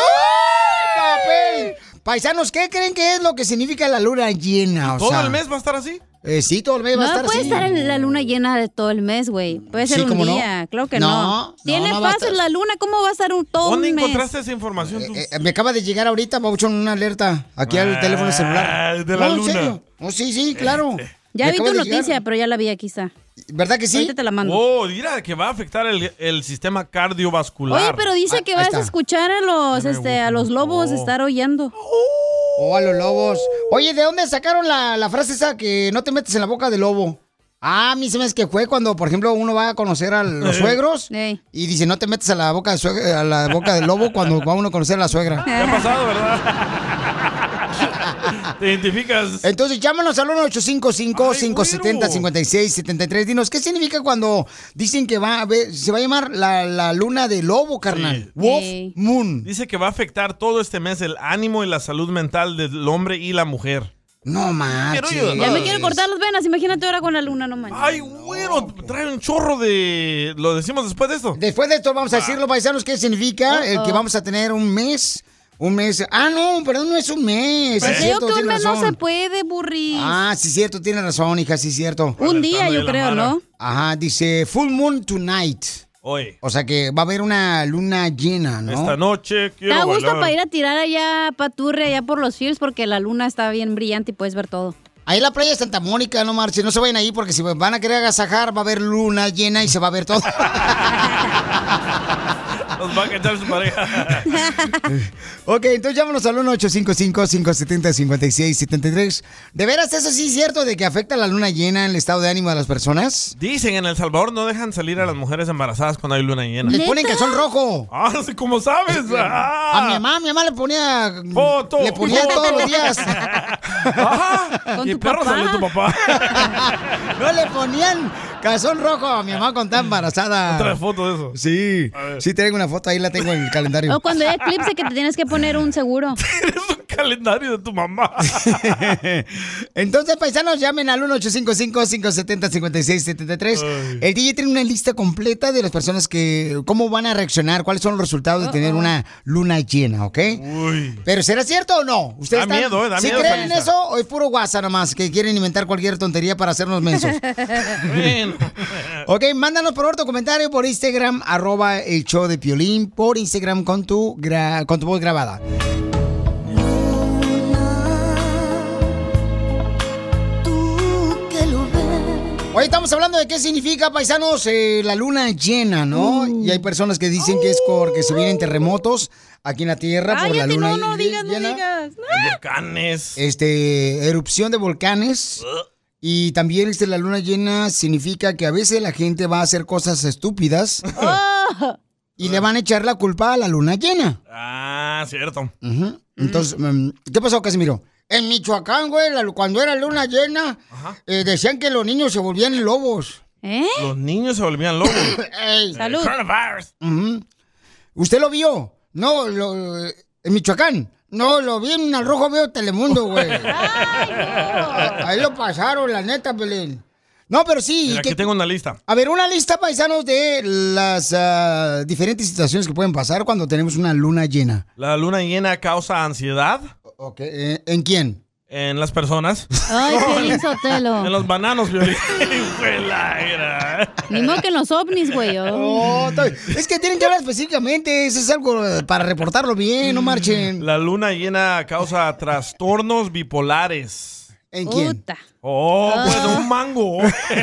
papel! Paisanos, ¿qué creen que es lo que significa la luna llena? ¿Todo el mes va a estar así? Sí, todo el mes va a estar así. No puede estar en la luna llena de todo el mes, güey. Puede ser un día. No. Claro que no. Tiene fases la luna. ¿Cómo va a estar todo un mes? ¿Dónde encontraste esa información tú? Me acaba de llegar ahorita, Pabuchón, una alerta aquí al teléfono celular. De la luna. ¿En serio? Oh, sí, claro. Ya vi tu noticia, pero ya la vi aquí, está. ¿Verdad que sí? Ahorita te la mando. Oh, mira, que va a afectar el sistema cardiovascular. Oye, pero dice que vas a escuchar a los lobos estar oyendo. Oh, a los lobos. Oye, ¿de dónde sacaron la frase esa que no te metes en la boca del lobo? A mí se me hace que fue cuando, por ejemplo, uno va a conocer a los suegros y dice, no te metes a la boca del lobo cuando va uno a conocer a la suegra. ¿Qué ha pasado, verdad? ¿Te identificas? Entonces, llámanos al 1-855-570-5673. Dinos, ¿qué significa cuando dicen que se va a llamar la luna de lobo, carnal? Sí. Wolf Moon. Dice que va a afectar todo este mes el ánimo y la salud mental del hombre y la mujer. No manches. Ya me quiero cortar las venas, imagínate ahora con la luna, no manches. Ay, güero, trae un chorro de... ¿Lo decimos después de esto? Después de esto vamos a decirlo, paisanos, qué significa el que vamos a tener un mes. Un mes. Ah, no, pero no es un mes. Pues sí, digo que un mes no se puede, burris. Ah, sí, cierto, tiene razón, hija, sí, cierto. Un día, yo creo, ¿no? Ajá, dice Full Moon Tonight. Hoy. O sea que va a haber una luna llena, ¿no? Esta noche quiero bailar. Da gusto bailar. para ir a tirar allá, paturre, allá por los fields, porque la luna está bien brillante y puedes ver todo. Ahí en la playa de Santa Mónica, no marchen, no se vayan ahí porque si van a querer agasajar va a haber luna llena y se va a ver todo. Nos va a cachar su pareja. Ok, entonces llámanos al 1-855-570-5673. ¿De veras eso sí es cierto de que afecta la luna llena en el estado de ánimo de las personas? Dicen en El Salvador no dejan salir a las mujeres embarazadas cuando hay luna llena. Les ponen calzón rojo. Ah, ¿cómo sabes? A mi mamá le ponía foto. Le ponía todos los días. ¿Con tu perro salió tu papá? No le ponían calzón rojo a mi mamá cuando estaba embarazada. ¿Otra foto de eso? Sí, sí traigo una foto, ahí la tengo en el calendario. O cuando hay eclipse que te tienes que poner un seguro. calendario de tu mamá. Entonces, paisanos, llamen al 1-855-570-5673. El DJ tiene una lista completa de las personas que, cómo van a reaccionar, cuáles son los resultados de tener una luna llena, ¿ok? Uy. Pero ¿será cierto o no? ¿Ustedes Da miedo, da ¿sí miedo creen esa en lista. eso o es puro WhatsApp nomás que quieren inventar cualquier tontería para hacernos mensos? Bueno. Ok, mándanos por favor tu comentario por Instagram, @el show de Piolín, por Instagram con tu voz grabada. Hoy estamos hablando de qué significa, paisanos, la luna llena, ¿no? Y hay personas que dicen que es porque se vienen terremotos aquí en la Tierra por la luna no digas. Volcanes. Erupción de volcanes. Y también la luna llena significa que a veces la gente va a hacer cosas estúpidas y le van a echar la culpa a la luna llena. Ah, cierto. Entonces, ¿qué pasó, Casimiro? En Michoacán, güey, cuando era luna llena, decían que los niños se volvían lobos. Los niños se volvían lobos. Salud. Coronavirus. ¿Usted lo vio? No, en Michoacán. No, lo vi en Al Rojo Veo Telemundo, güey. Ahí lo pasaron, la neta, Pelín. No, pero sí. Mira, aquí tengo una lista. A ver, una lista, paisanos, de las diferentes situaciones que pueden pasar cuando tenemos una luna llena. La luna llena causa ansiedad. Okay. ¿En quién? En las personas. Ay, Piolín Sotelo. En los bananos, Piolín. Ni modo que en los ovnis, güey. Es que tienen que hablar específicamente. Eso es algo para reportarlo bien, no marchen. La luna llena causa trastornos bipolares. ¿En quién? Puta. Oh, pues un mango.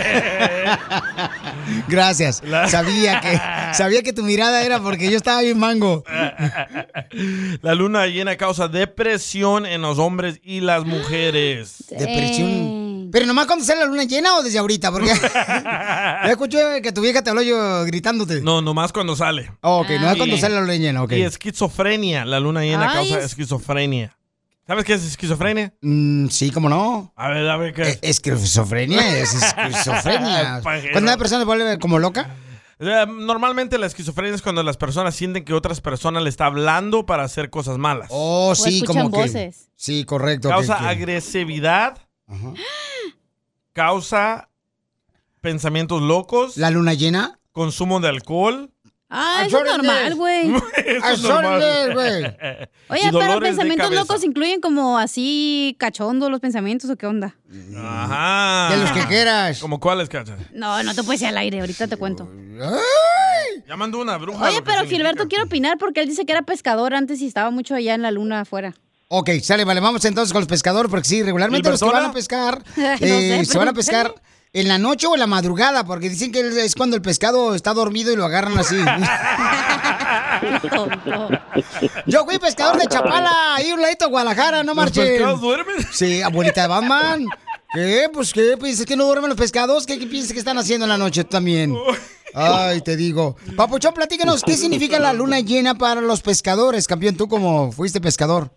Gracias. Sabía que tu mirada era porque yo estaba bien mango. La luna llena causa depresión en los hombres y las mujeres. Depresión. Pero nomás cuando sale la luna llena o desde ahorita, porque ya escuché que tu vieja te habló yo gritándote. No, nomás cuando sale. Ok, nomás cuando sale la luna llena, ok. Y esquizofrenia. La luna llena causa esquizofrenia. ¿Sabes qué es esquizofrenia? Sí, ¿cómo no? A ver, ¿qué es? Esquizofrenia es esquizofrenia. ¿Cuando una persona se vuelve como loca? Normalmente la esquizofrenia es cuando las personas sienten que otras personas le están hablando para hacer cosas malas. Oh, sí, como que... voces. Sí, correcto. Causa agresividad. Causa pensamientos locos. ¿La luna llena? Consumo de alcohol. Ah, eso es normal, güey. Eso es, güey. Oye, pero pensamientos locos incluyen como así cachondos los pensamientos o qué onda. Ajá. De los que quieras. ¿Como cuáles, Cacha? No te puedes ir al aire, ahorita te cuento. ¡Ay! Ya mandó una bruja. Oye, pero Gilberto quiere opinar porque él dice que era pescador antes y estaba mucho allá en la luna afuera. Ok, sale, vale, vamos entonces con los pescadores, porque sí, regularmente los que van a pescar, se van a pescar en la noche o en la madrugada, porque dicen que es cuando el pescado está dormido y lo agarran así. Yo fui pescador de Chapala, ahí un ladito de Guadalajara, no marchen. ¿Los pescados duermen? Sí, abuelita de Batman. ¿Qué? Pues, ¿qué? ¿Piensas que no duermen los pescados? ¿Qué piensas que están haciendo en la noche tú también? Ay, te digo. Papuchón, platícanos, ¿qué significa la luna llena para los pescadores, campeón? Tú como fuiste pescador.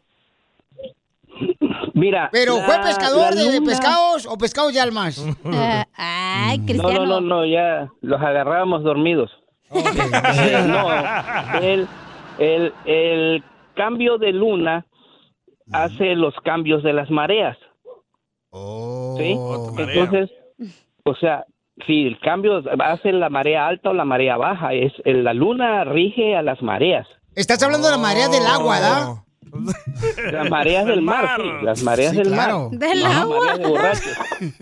Mira. ¿Pero fue pescador de pescados o pescados de almas? Ay, Cristiano. No, ya los agarrábamos dormidos. Okay. El cambio de luna hace los cambios de las mareas. ¿Sí? Entonces, o sea, si el cambio hace la marea alta o la marea baja, la luna rige a las mareas. Estás hablando de la marea del agua, ¿verdad? Las mareas del mar, sí, las mareas del claro. mar. Del agua. Mareas de borrachos.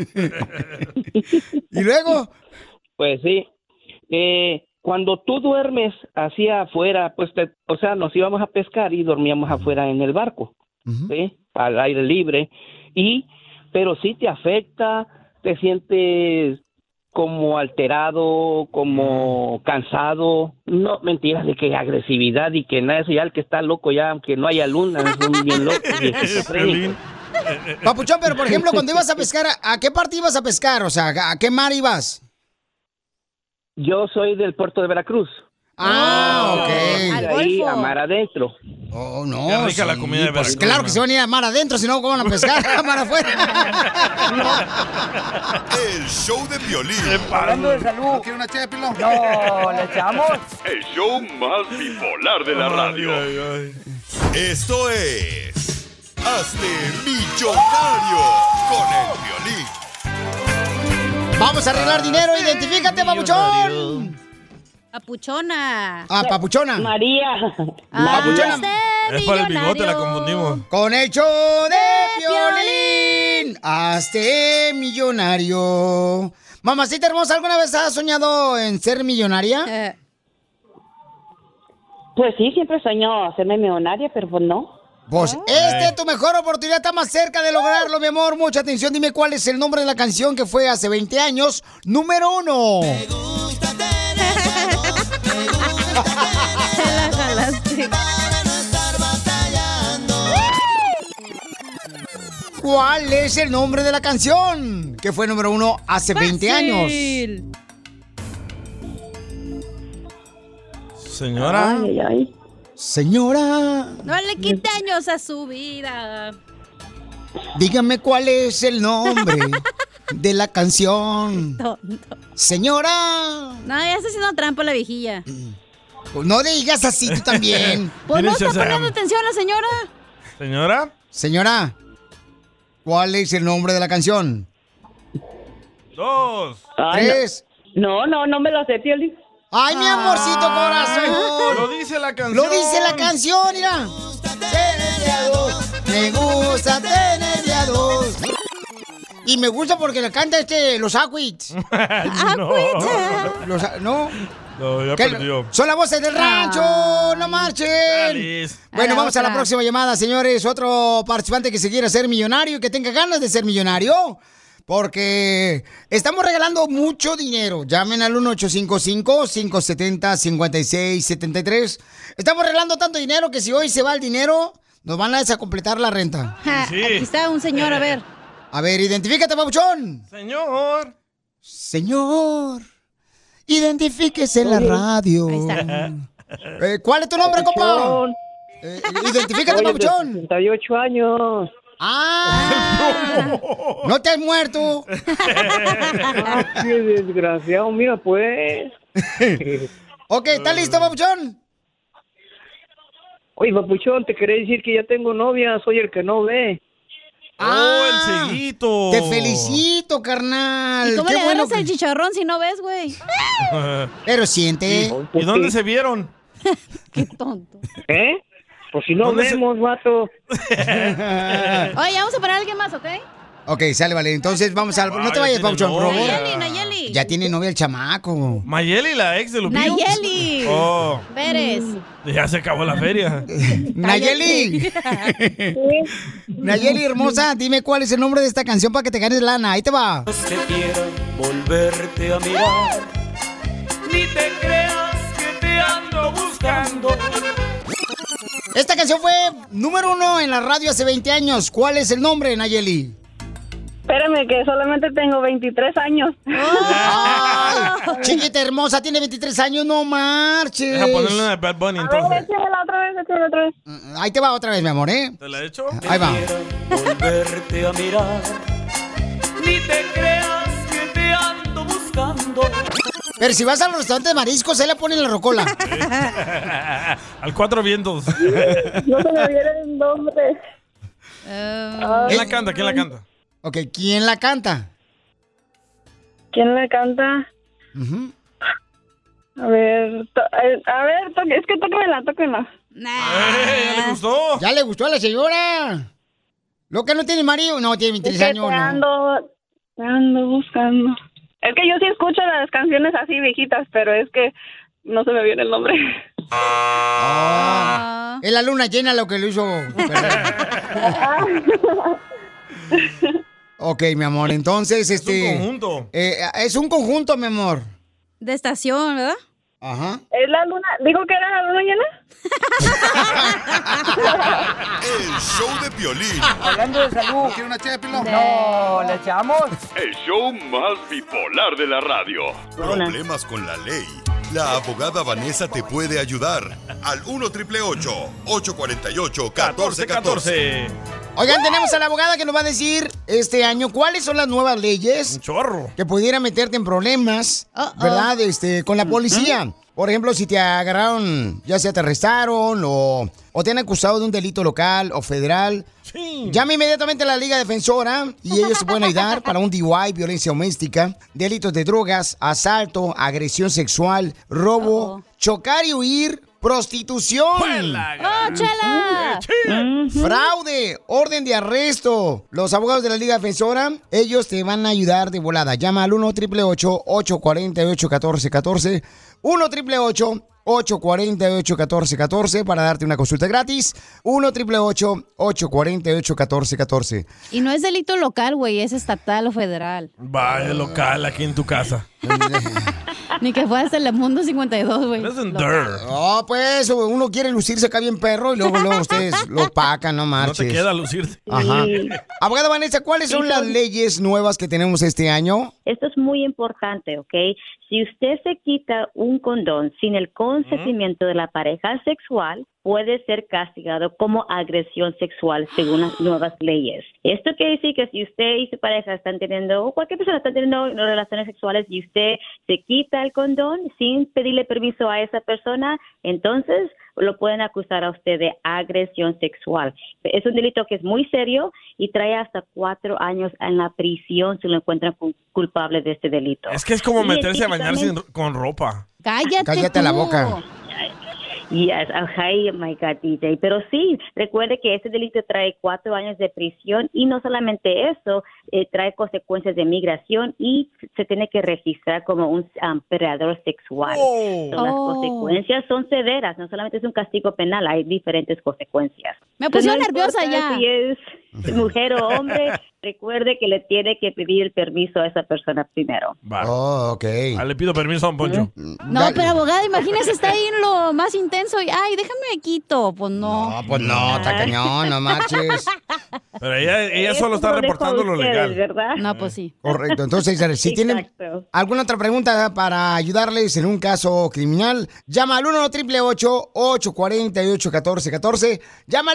¿Y luego? Pues sí. Cuando tú duermes hacia afuera, pues, nos íbamos a pescar y dormíamos afuera en el barco, ¿sí? Al aire libre. Pero sí te afecta, te sientes como alterado, como cansado. No, mentiras de que agresividad y que nada, eso ya el que está loco ya, aunque no haya luna, es bien loco. Papuchón, pero por ejemplo, cuando ibas a pescar, ¿a qué parte ibas a pescar? O sea, ¿a qué mar ibas? Yo soy del puerto de Veracruz. Ah, ok. De ahí a mar adentro. Oh, no. Qué rica la comida de Veracruz. Pues claro que se van a ir a mar adentro, si no, ¿cómo van a pescar a mar afuera? El show de Piolín. Hablando de salud. ¿No quiere una ché de pilón? No, ¿le echamos? El show más bipolar de la radio. Esto es Hazte millonario con el Piolín. Vamos a arreglar dinero. Identifícate, papuchón. Papuchona. Ah, papuchona. María. Papuchona. Es por el bigote, la confundimos. Con el show de Piolín. Hazte millonario. Mamacita hermosa, ¿alguna vez has soñado en ser millonaria? Pues sí, siempre soñó hacerme millonaria, pero pues no. Pues es tu mejor oportunidad, está más cerca de lograrlo, mi amor. Mucha atención, dime cuál es el nombre de la canción que fue hace 20 años, número 1. Me gusta tener Se la jalaste. para no estar batallando. ¿Cuál es el nombre de la canción que fue número 1 hace 20 años? Señora. Señora. No le quite años a su vida. Dígame cuál es el nombre de la canción. Tonto. Señora. No, ya está haciendo trampa la viejilla. No digas así tú también. Pues no está poniendo atención la señora. ¿Señora? Señora, ¿cuál es el nombre de la canción? 2. 3. No me lo sé, Piolín. ¡Ay, mi amorcito corazón! Lo dice la canción. Lo dice la canción, mira. Me gusta tener de a dos. Y me gusta porque le canta los Aquits. ¿No? No, ya perdió. Son las voces del rancho, no marchen. Bueno, vamos a la próxima llamada, señores. Otro participante que se quiera ser millonario y que tenga ganas de ser millonario. Porque estamos regalando mucho dinero. Llamen al 1-855-570-5673. Estamos regalando tanto dinero que si hoy se va el dinero, nos van a desacompletar la renta. Sí. Aquí está un señor, a ver. A ver, identifícate, papuchón. Señor. Señor. Identifíquese en la radio. Ahí está. ¿Cuál es tu nombre, compa? Identifícate, papuchón. 38 años. ¡Ah! ¡No te has muerto! ¡Qué desgraciado! Mira, pues. Ok, ¿estás listo, papuchón? Oye, papuchón, te quería decir que ya tengo novia. Soy el que no ve. El ceguito. Te felicito, carnal. ¿Y cómo Qué le bueno agarras el chicharrón si no ves, güey? Pero siente. ¿Y dónde se vieron? Qué tonto. ¿Eh? Pues si no vemos, vato. Oye, vamos a parar a alguien más, ¿ok? Ok, sale, vale. Entonces vamos a... No te vayas, papuchón, por favor. Nayeli. Ya tiene novia el chamaco. Mayeli, la ex de Lupillo. Nayeli. Oh. Pérez. Ya se acabó la feria. Nayeli. Nayeli, hermosa, dime cuál es el nombre de esta canción para que te ganes lana. Ahí te va. Que quiero volverte a mirar. Ni te creas que te ando buscando. Esta canción fue número 1 en la radio hace 20 años. ¿Cuál es el nombre, Nayeli? Espérame, que solamente tengo 23 años. ¡Ay! Chiquita hermosa, tiene 23 años, no marches. Deja ponerle una de Bad Bunny, entonces. Échala otra vez. Ahí te va otra vez, mi amor, ¿eh? ¿Te la he hecho? Ahí va. Volverte a mirar. Ni te creas que te ando buscando. Pero si vas al restaurante de mariscos, se le pone la rocola. Al Cuatro Vientos. No se me viene el nombre. ¿Quién la canta? ¿Quién la canta? Ok, ¿quién la canta? ¿Quién la canta? A ver, es que tóquenla. ¿Ya le gustó? Ya le gustó a la señora. Lo que no tiene marido, no, tiene 23 años. Te ando buscando. Es que yo sí escucho las canciones así viejitas, pero es que no se me viene el nombre. Es la luna llena lo que lo hizo. Ok, mi amor, entonces Es un conjunto. Es un conjunto, mi amor. De estación, ¿verdad? Ajá. ¿Es la luna? ¿Dijo que era la luna llena? El show de Piolín. Hablando de salud. ¿Quiere una ché de pilón? No, ¿le echamos? El show más bipolar de la radio. Problemas con la ley. La abogada Vanessa te puede ayudar. Al 1-888-848-1414. Oigan, tenemos a la abogada que nos va a decir este año cuáles son las nuevas leyes. Un chorro. Que pudiera meterte en problemas, ¿verdad? Con la policía. por ejemplo, si te agarraron, ya sea te arrestaron o te han acusado de un delito local o federal, llama inmediatamente a la Liga Defensora y ellos se pueden ayudar para un DUI, violencia doméstica, delitos de drogas, asalto, agresión sexual, robo, chocar y huir, prostitución, ¡Oh, chela! fraude, orden de arresto. Los abogados de la Liga Defensora, ellos te van a ayudar de volada. Llama al 1-888-848-1414. 1-888-848-1414 para darte una consulta gratis. 1-888-848-1414. Y no es delito local, güey, es estatal o federal. Vaya local aquí en tu casa. Ni que fuera Telemundo 52, güey. No, pues uno quiere lucirse acá bien perro y luego ustedes lo pacan, no marches. No te queda lucirte. Ajá. Abogada Vanessa, ¿cuáles son las leyes nuevas que tenemos este año? Esto es muy importante, ¿ok? Si usted se quita un condón sin el consentimiento de la pareja sexual, puede ser castigado como agresión sexual según las nuevas leyes. Esto quiere decir que si usted y su pareja están teniendo, o cualquier persona está teniendo relaciones sexuales y usted se quita el condón sin pedirle permiso a esa persona, entonces lo pueden acusar a usted de agresión sexual. Es un delito que es muy serio y trae hasta 4 años en la prisión si lo encuentran culpable de este delito. Es que es como meterse a bañar con ropa. Cállate la boca. Yes, oh my God, DJ. Pero sí, recuerde que este delito trae 4 años de prisión y no solamente eso, trae consecuencias de migración y se tiene que registrar como un predador sexual. Las consecuencias son severas, no solamente es un castigo penal, hay diferentes consecuencias. Me puso nerviosa ya. Si es mujer o hombre, recuerde que le tiene que pedir el permiso a esa persona primero. Oh, ok. Le pido permiso a Don Poncho. No, pero abogada, imagínese, está ahí en lo más intenso y, ay, déjame me quito. Pues no. No, pues no, está cañón, no marches. Pero ella solo está reportando lo legal. ¿Verdad? No, pues sí. Correcto. Entonces, si tienen alguna otra pregunta para ayudarles en un caso criminal, llama al 1-888-848-1414. Llama al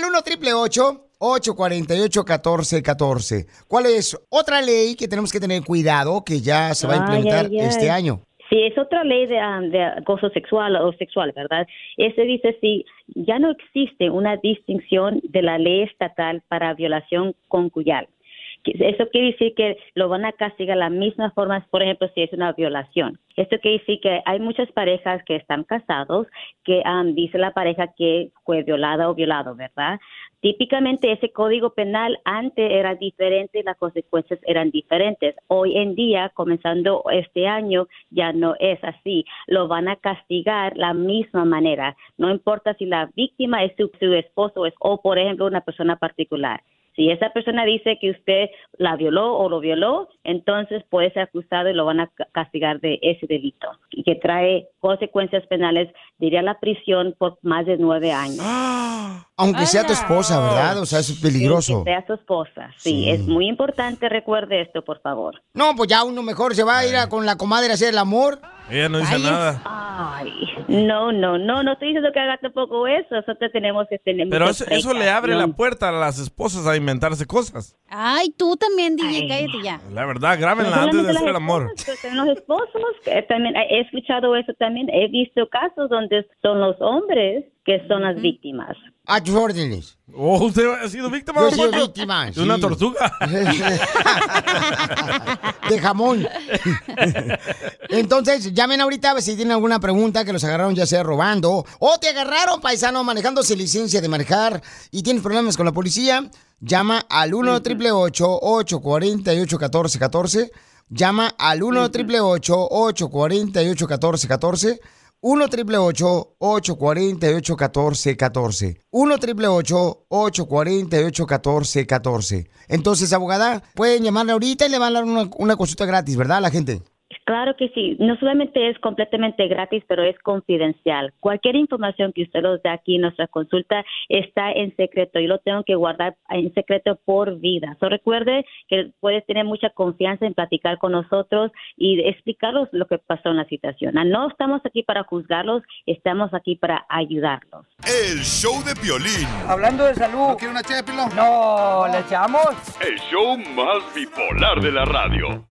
1-888-848-1414. ¿Cuál es otra ley que tenemos que tener cuidado que ya se va a implementar este año? Sí, es otra ley de acoso sexual o sexual, ¿verdad? Ese dice si ya no existe una distinción de la ley estatal para violación conyugal. Eso quiere decir que lo van a castigar de la misma forma, por ejemplo, si es una violación. Esto quiere decir que hay muchas parejas que están casados que dice la pareja que fue violada o violado, ¿verdad? Típicamente ese código penal antes era diferente y las consecuencias eran diferentes. Hoy en día, comenzando este año, ya no es así. Lo van a castigar la misma manera. No importa si la víctima es su esposo o, por ejemplo, una persona particular. Si esa persona dice que usted la violó o lo violó, entonces puede ser acusado y lo van a castigar de ese delito, y que trae consecuencias penales, diría la prisión por más de 9 años. Aunque sea tu esposa, ¿verdad? O sea, es peligroso. Sí, que sea su esposa, sí, es muy importante, recuerde esto, por favor. No, pues ya uno mejor se va a ir con la comadre a hacer el amor. Ella no dice nada. Ay, no estoy diciendo que haga tampoco eso, nosotros tenemos que tener. Pero eso le abre la puerta a las esposas a inventarse cosas. Ay, tú también, DJ, cállate ya. La verdad, grábenla antes de hacer el amor. Los esposos, también he escuchado eso también, he visto casos donde son los hombres que son las víctimas. A tus órdenes. Oh, ¿usted ha sido víctima? Yo he sido víctima. ¿De una tortuga? De jamón. Entonces, llamen ahorita si tienen alguna pregunta que los agarraron ya sea robando o te agarraron, paisano, manejando sin licencia de manejar y tienes problemas con la policía. Llama al 1-888-848-1414. Llama al 1-888-848-1414. 1-888-848-1414. 1-888-848-1414. Entonces, abogada, pueden llamarle ahorita y le van a dar una consulta gratis, ¿verdad, a la gente? Claro que sí. No solamente es completamente gratis, pero es confidencial. Cualquier información que usted nos dé aquí en nuestra consulta está en secreto. Yo lo tengo que guardar en secreto por vida. So, recuerde que puedes tener mucha confianza en platicar con nosotros y explicarlos lo que pasó en la situación. No estamos aquí para juzgarlos, estamos aquí para ayudarlos. El show de Piolín. Hablando de salud. ¿No quiere una ché de pilón? No, ¿le echamos? El show más bipolar de la radio.